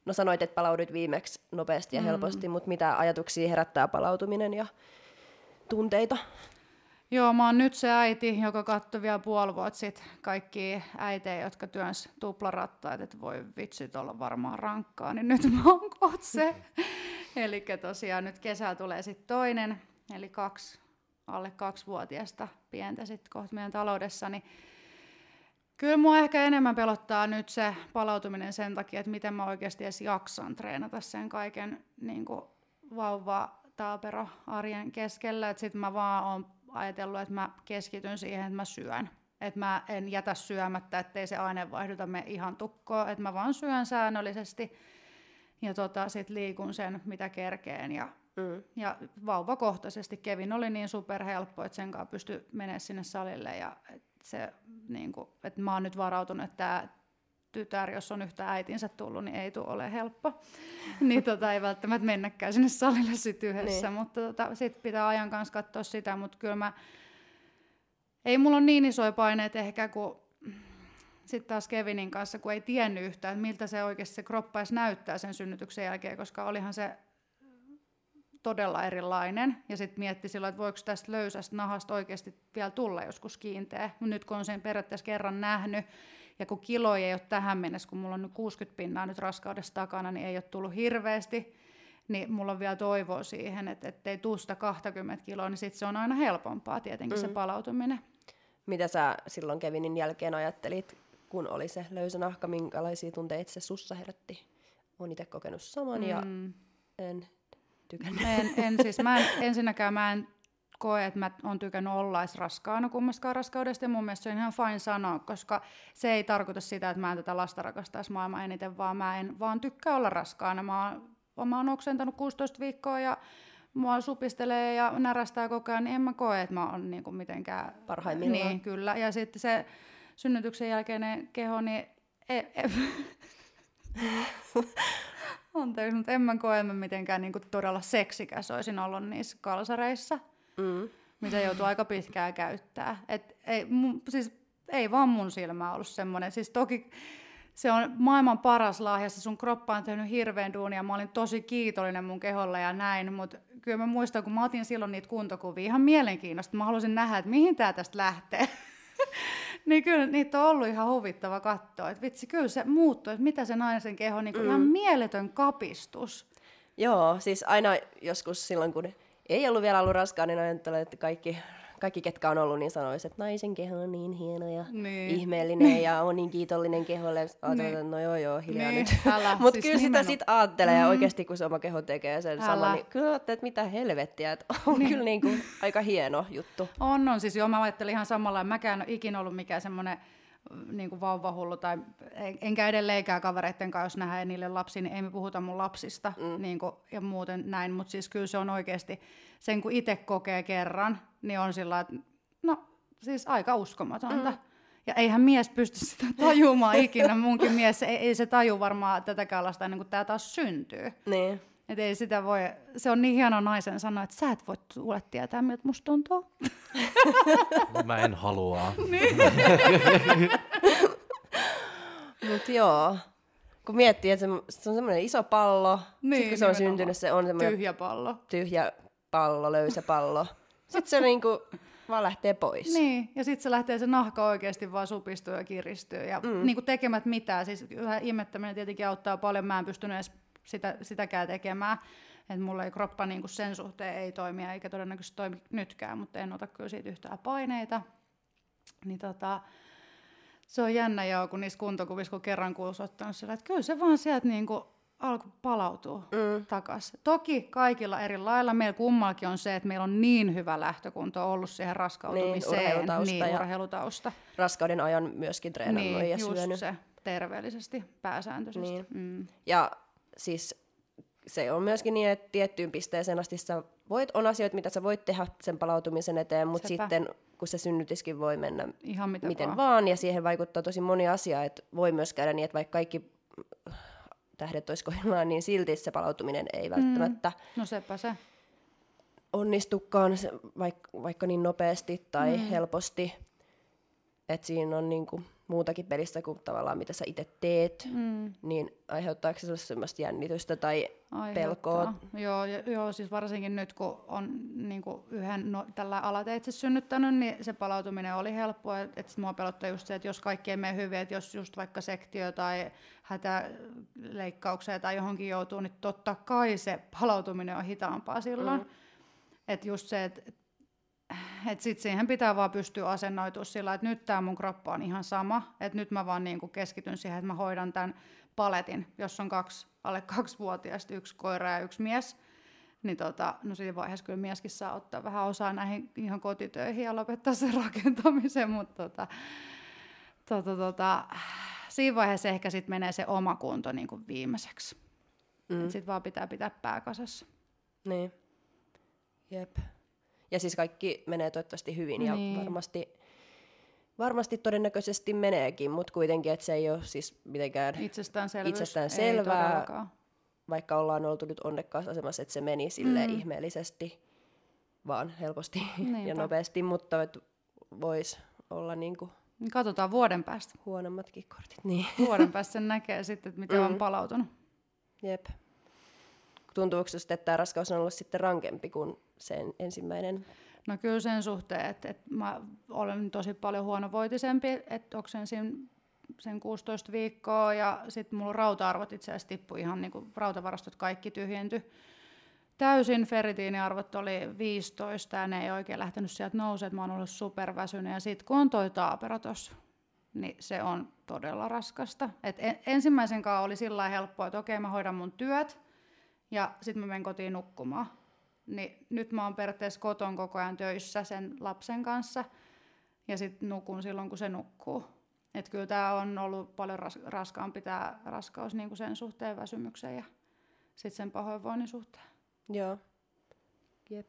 no sanoit, että palauduit viimeksi nopeasti ja mm. helposti, mutta mitä ajatuksia herättää palautuminen ja tunteita? Joo, mä oon nyt se äiti, joka katsoi vielä puoli vuotta sitten kaikkia äitejä, jotka työns tuplarattaat, että voi vitsit olla varmaan rankkaa, niin nyt mä oon kohta se. Eli tosiaan nyt kesällä tulee sitten toinen, eli kaksi, alle kaksivuotiaista pientä sitten kohta meidän taloudessa, niin kyllä mua ehkä enemmän pelottaa nyt se palautuminen sen takia, että miten mä oikeasti edes jaksan treenata sen kaiken niin kuin vauva taapero arjen keskellä, että sitten mä vaan oon ajatellut, että mä keskityn siihen, että mä syön. Että mä en jätä syömättä, ettei se aineenvaihduta me ihan tukkoon, että mä vaan syön säännöllisesti ja tota, sit liikun sen, mitä kerkeen. Ja, mm. ja vauvakohtaisesti Kevin oli niin superhelppo, että sen kanssa pystyi menemään sinne salille. Ja se, niin kuin, että mä oon nyt varautunut, että tämä tytär, jos on yhtä äitinsä tullut, niin ei tule ole helppo. Niin tota, ei välttämättä mennäkään sinne salille sit yhdessä, niin. Mutta tota, sitten pitää ajan kanssa katsoa sitä, mutta kyllä mä, ei mulla ole niin isoja paineita ehkä kuin sitten taas Kevinin kanssa, kun ei tiennyt yhtään, että miltä se oikeasti se kroppa edes näyttää sen synnytyksen jälkeen, koska olihan se todella erilainen. Ja sitten mietti silloin, että voiko tästä löysästä nahasta oikeasti vielä tulla joskus kiinteä. Mut nyt kun on sen periaatteessa kerran nähnyt, ja kun kiloja ei ole tähän mennessä, kun mulla on nyt kuusikymmentä pinnaa nyt raskaudessa takana, niin ei ole tullut hirveästi, niin mulla on vielä toivoa siihen, että ettei tule sitä kaksikymmentä kiloa, niin sitten se on aina helpompaa tietenkin mm. se palautuminen. Mitä sä silloin Kevinin jälkeen ajattelit, kun oli se löysä nahka, minkälaisia tunteita se sussa herätti? Olen itse kokenut saman mm. ja en tykännyt. En, en, siis mä en, ensinnäkään mä en koe, että mä oon tykännyt olla edes raskaana kummastakaan raskaudesta, ja mun mielestä se on ihan fine sanoa, koska se ei tarkoita sitä, että mä en tätä lasta rakastaisi maailman eniten, vaan mä en vaan tykkää olla raskaana. Mä oon, mä oon oksentanut kuusitoista viikkoa ja mua supistelee ja närästää koko ajan, niin en mä koe, että mä oon niinku mitenkään parhaimmillaan. Niin, kyllä. Ja sitten se synnytyksen jälkeinen keho, niin e, e, anteeksi, mutta en mä koe, että mä mitenkään niinku todella seksikäs olisin ollut niissä kalsareissa. Mm. Mitä joutuu aika pitkään käyttää. Et ei, mun, siis ei vaan mun silmä ollut semmoinen. Siis toki se on maailman paras lahja, se sun kroppa on tehnyt hirveän duunia, mä olin tosi kiitollinen mun keholla ja näin, mutta kyllä mä muistan, kun mä otin silloin niitä kuntokuvia ihan mielenkiinnosta, mä halusin nähdä, että mihin tää tästä lähtee. Niin kyllä niitä on ollut ihan huvittava katsoa, että vitsi, kyllä se muuttuu, että mitä se naisen keho, niin kuin mm. ihan mieletön kapistus. Joo, siis aina joskus silloin, kun ei ollut vielä ollut raskaan, niin ajattelen, että kaikki, kaikki ketkä on ollut, niin sanoisi, että naisen keho on niin hieno ja niin. ihmeellinen ja on niin kiitollinen keholle. Ajatellaan, niin. että no joo joo, hiljaa niin. nyt. Mutta siis kyllä sitä sitten ajattelee mm. oikeasti, kun se oma keho tekee sen saman, niin kyllä ajattelee, että mitä helvettiä, että on niin. kyllä niin kuin aika hieno juttu. On, on. Siis joo, mä ajattelin ihan samalla, mäkään ole ikinä ollut mikään semmoinen niin kuin vauvahullu, tai enkä edelleenkään kavereitten kanssa, jos nähdään niille lapsia, niin ei me puhuta mun lapsista mm. niin kuin, ja muuten näin, mutta siis kyllä se on oikeasti, sen kun itse kokee kerran, niin on sillä että no siis aika uskomatonta. Mm. Ja eihän mies pysty sitä tajumaan ikinä, munkin mies, ei, ei se taju varmaan tätäkään lasta ennen kuin tää taas syntyy. Niin. Et ei sitä voi, se on niin hieno naisen sanoa, että sä et voi tulla tietää, miltä musta tuntuu. Mä en halua. Niin. Mut joo, kun miettii, että se, se on semmoinen iso pallo, niin, sit kun se on syntynyt, se on semmoinen tyhjä pallo. Tyhjä pallo, löysä pallo. Sitten se niinku vaan lähtee pois. Niin, ja sitten se lähtee se nahka oikeasti vaan supistuu ja kiristyy. Ja mm. niinku tekemät mitään, siis yhä imettäminen tietenkin auttaa paljon, mä en pystynyt edes sitä, sitäkään tekemään. Että mulla ei kroppa niinku sen suhteen ei toimi, eikä todennäköisesti toimi nytkään, mutta en ota kyllä siitä yhtään paineita. Niin tota, se on jännä joo, kun niissä kuntokuvissa, kun kerran kuulisi ottanut sillä, että kyllä se vaan sieltä niinku alkoi palautua mm. takaisin. Toki kaikilla eri lailla. Meillä kummallakin on se, että meillä on niin hyvä lähtökunto ollut siihen raskautumiseen. Niin, urheilutausta. Niin, urheilutausta. Raskauden ajan myöskin treenannut niin, ja just syönyt. Se, terveellisesti, pääsääntöisesti. Niin. Mm. Ja siis se on myöskin niin, että tiettyyn pisteeseen asti sä voit, on asioita, mitä sä voit tehdä sen palautumisen eteen, mutta Sepä. sitten kun se synnytyskin voi mennä ihan miten, miten vaan. vaan, ja siihen vaikuttaa tosi moni asia, että voi myös käydä niin, että vaikka kaikki tähdet olisi kohdillaan, niin silti se palautuminen ei välttämättä mm. no sepä se. onnistukaan vaikka, vaikka niin nopeasti tai mm. helposti. Että siinä on niinku muutakin pelistä kuin tavallaan mitä sä itse teet, mm. niin aiheuttaako se sellaista jännitystä tai aiheuttaa. pelkoa? Joo, joo, siis varsinkin nyt kun on niin kuin yhden no, tällä alateitse synnyttänyt, niin se palautuminen oli helppoa. Että et mua pelottaa just se, että jos kaikki ei mene hyvin, että jos just vaikka sektio tai hätäleikkaukseen tai johonkin joutuu, niin totta kai se palautuminen on hitaampaa silloin. Mm. Että just se, että et sit siihen pitää vaan pystyä asennoitumaan sillä, että nyt tämä mun kroppa on ihan sama, että nyt mä vaan niinku keskityn siihen, että mä hoidan tämän paletin, jos on kaksi, alle kaksivuotiaista, yksi koira ja yksi mies, niin tota, no siinä vaiheessa kyllä mieskin saa ottaa vähän osaa näihin ihan kotitöihin ja lopettaa sen rakentamisen, mutta tota, tota, tota, siinä vaiheessa ehkä sit menee se oma kunto niinku viimeiseksi. Mm. Sitten vaan pitää pitää pää kasassa. Niin, jep. Ja siis kaikki menee toivottavasti hyvin niin. ja varmasti, varmasti todennäköisesti meneekin, mutta kuitenkin, että se ei ole siis mitenkään itsestään selvää, vaikka ollaan oltu nyt onnekkaassa asemassa, että se meni silleen mm. ihmeellisesti, vaan helposti Niinpä. ja nopeasti, mutta voisi olla niinku katsotaan vuoden päästä. Huonommatkin kortit. Niin. Vuoden päästä sen näkee sitten, että miten mm. on palautunut. Jep. Tuntuuko sinusta, että tämä raskaus on ollut sitten rankempi kuin sen ensimmäinen? No kyllä sen suhteen, että, että mä olen tosi paljon huonovoitisempi, että oksensin sen kuusitoista viikkoa ja sitten mulla rauta-arvot itse asiassa tippui ihan niin kuin rautavarastot kaikki tyhjentyi täysin. Ferritiiniarvot oli viisitoista ja ne ei oikein lähtenyt sieltä nousemaan, mä oon ollut superväsynyt ja sitten kun on toi taapero tossa, niin se on todella raskasta. Et en, ensimmäisen kanssa oli sillä lailla helppoa, että okei mä hoidan mun työt ja sitten mä menen kotiin nukkumaan. Niin nyt mä oon periaatteessa koton koko ajan töissä sen lapsen kanssa ja sitten nukun silloin, kun se nukkuu. Että kyllä tää on ollut paljon ras- raskaampi tää raskaus niin kuin sen suhteen väsymyksen ja sitten sen pahoinvoinnin suhteen. Joo. Jep.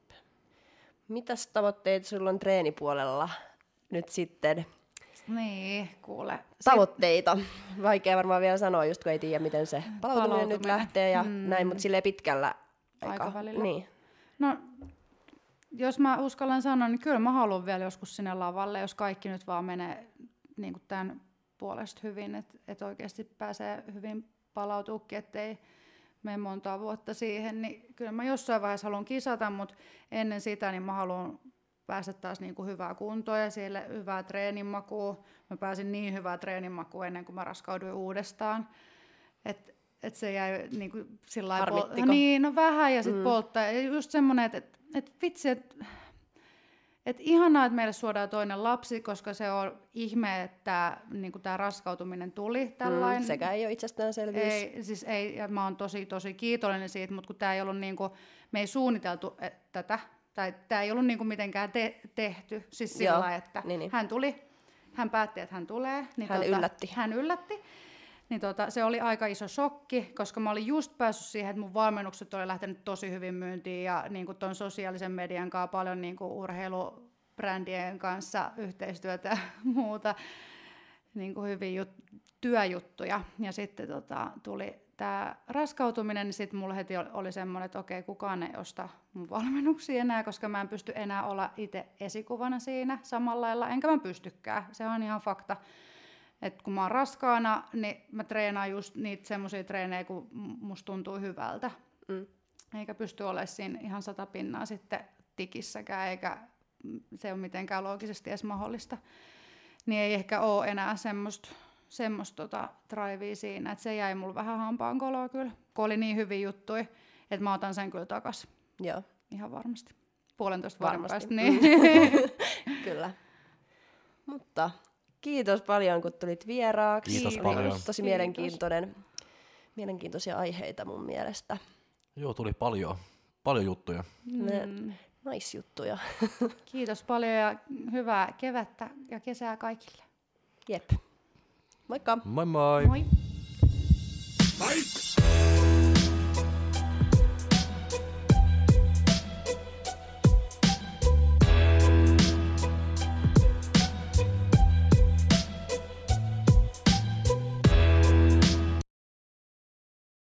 Mitäs tavoitteita sulla on treenipuolella nyt sitten? Niin, kuule. Tavoitteita. Vaikea varmaan vielä sanoa, just kun ei tiedä, miten se palautuminen, palautuminen. nyt lähtee ja mm. näin, mutta silleen pitkällä aika. aikavälillä. Niin. No, jos mä uskallan sanoa, niin kyllä mä haluan vielä joskus sinne lavalle, jos kaikki nyt vaan menee niin kuin tämän puolesta hyvin, että et oikeasti pääsee hyvin palautuukin, ettei mene montaa vuotta siihen, niin kyllä mä jossain vaiheessa haluan kisata, mutta ennen sitä niin mä haluan päästä taas niin kuin hyvää kuntoa ja siellä hyvää treeninmakua. Mä pääsin niin hyvää treeninmakua ennen kuin mä raskauduin uudestaan, että et se jäi niin kuin sillä lailla pol- niin, no vähän ja sitten mm. polttaa. Ja just semmoinen, että et, et vitsi, että et ihanaa, että meille suodaan toinen lapsi, koska se on ihme, että niinku tämä raskautuminen tuli tällainen. Mm, sekä ei ole itsestäänselvyys. Ei, siis ei, ja mä oon tosi, tosi kiitollinen siitä, mutta kun tää ei ollut niinku, me ei suunniteltu et, tätä, tai tämä ei ollut niinku mitenkään te- tehty, siis sillä lailla, että niin, niin. hän tuli, hän päätti, että hän tulee. Niin hän tota, yllätti. Hän yllätti. Niin tota, se oli aika iso shokki, koska mä olin just päässyt siihen, että mun valmennukset oli lähtenyt tosi hyvin myyntiin ja niin kuin ton sosiaalisen median kanssa paljon niin kuin urheilubrändien kanssa yhteistyötä ja muuta, niin kuin hyvin jut- työjuttuja. Ja sitten tota, tuli tämä raskautuminen, niin sitten mulla heti oli semmoinen, että okei, kukaan ei osta mun valmennuksia enää, koska mä en pysty enää olla itse esikuvana siinä samalla lailla, enkä mä pystykään, se on ihan fakta. Et kun mä oon raskaana, niin mä treenaan just niitä semmoisia treenejä, kun musta tuntuu hyvältä. Mm. Eikä pysty olemaan siinä ihan sata pinnaa sitten tikissäkään, eikä se ole mitenkään loogisesti edes mahdollista. Niin ei ehkä ole enää semmoista semmoista tota, drivea siinä, että se jäi mulle vähän hampaan koloa kyllä. Kun oli niin hyviä juttuja, että mä otan sen kyllä takas. Joo. Ihan varmasti. Puolentoista vuoden päästä. Niin. Kyllä. Mutta kiitos paljon, kun tulit vieraaksi. Kiitos Oli paljon. Tosi Kiitos. mielenkiintoinen, mielenkiintoisia aiheita mun mielestä. Joo, tuli paljon, paljon juttuja. Mm. Naisjuttuja. Kiitos paljon ja hyvää kevättä ja kesää kaikille. Jep. Moikka. Moi moi. Moi.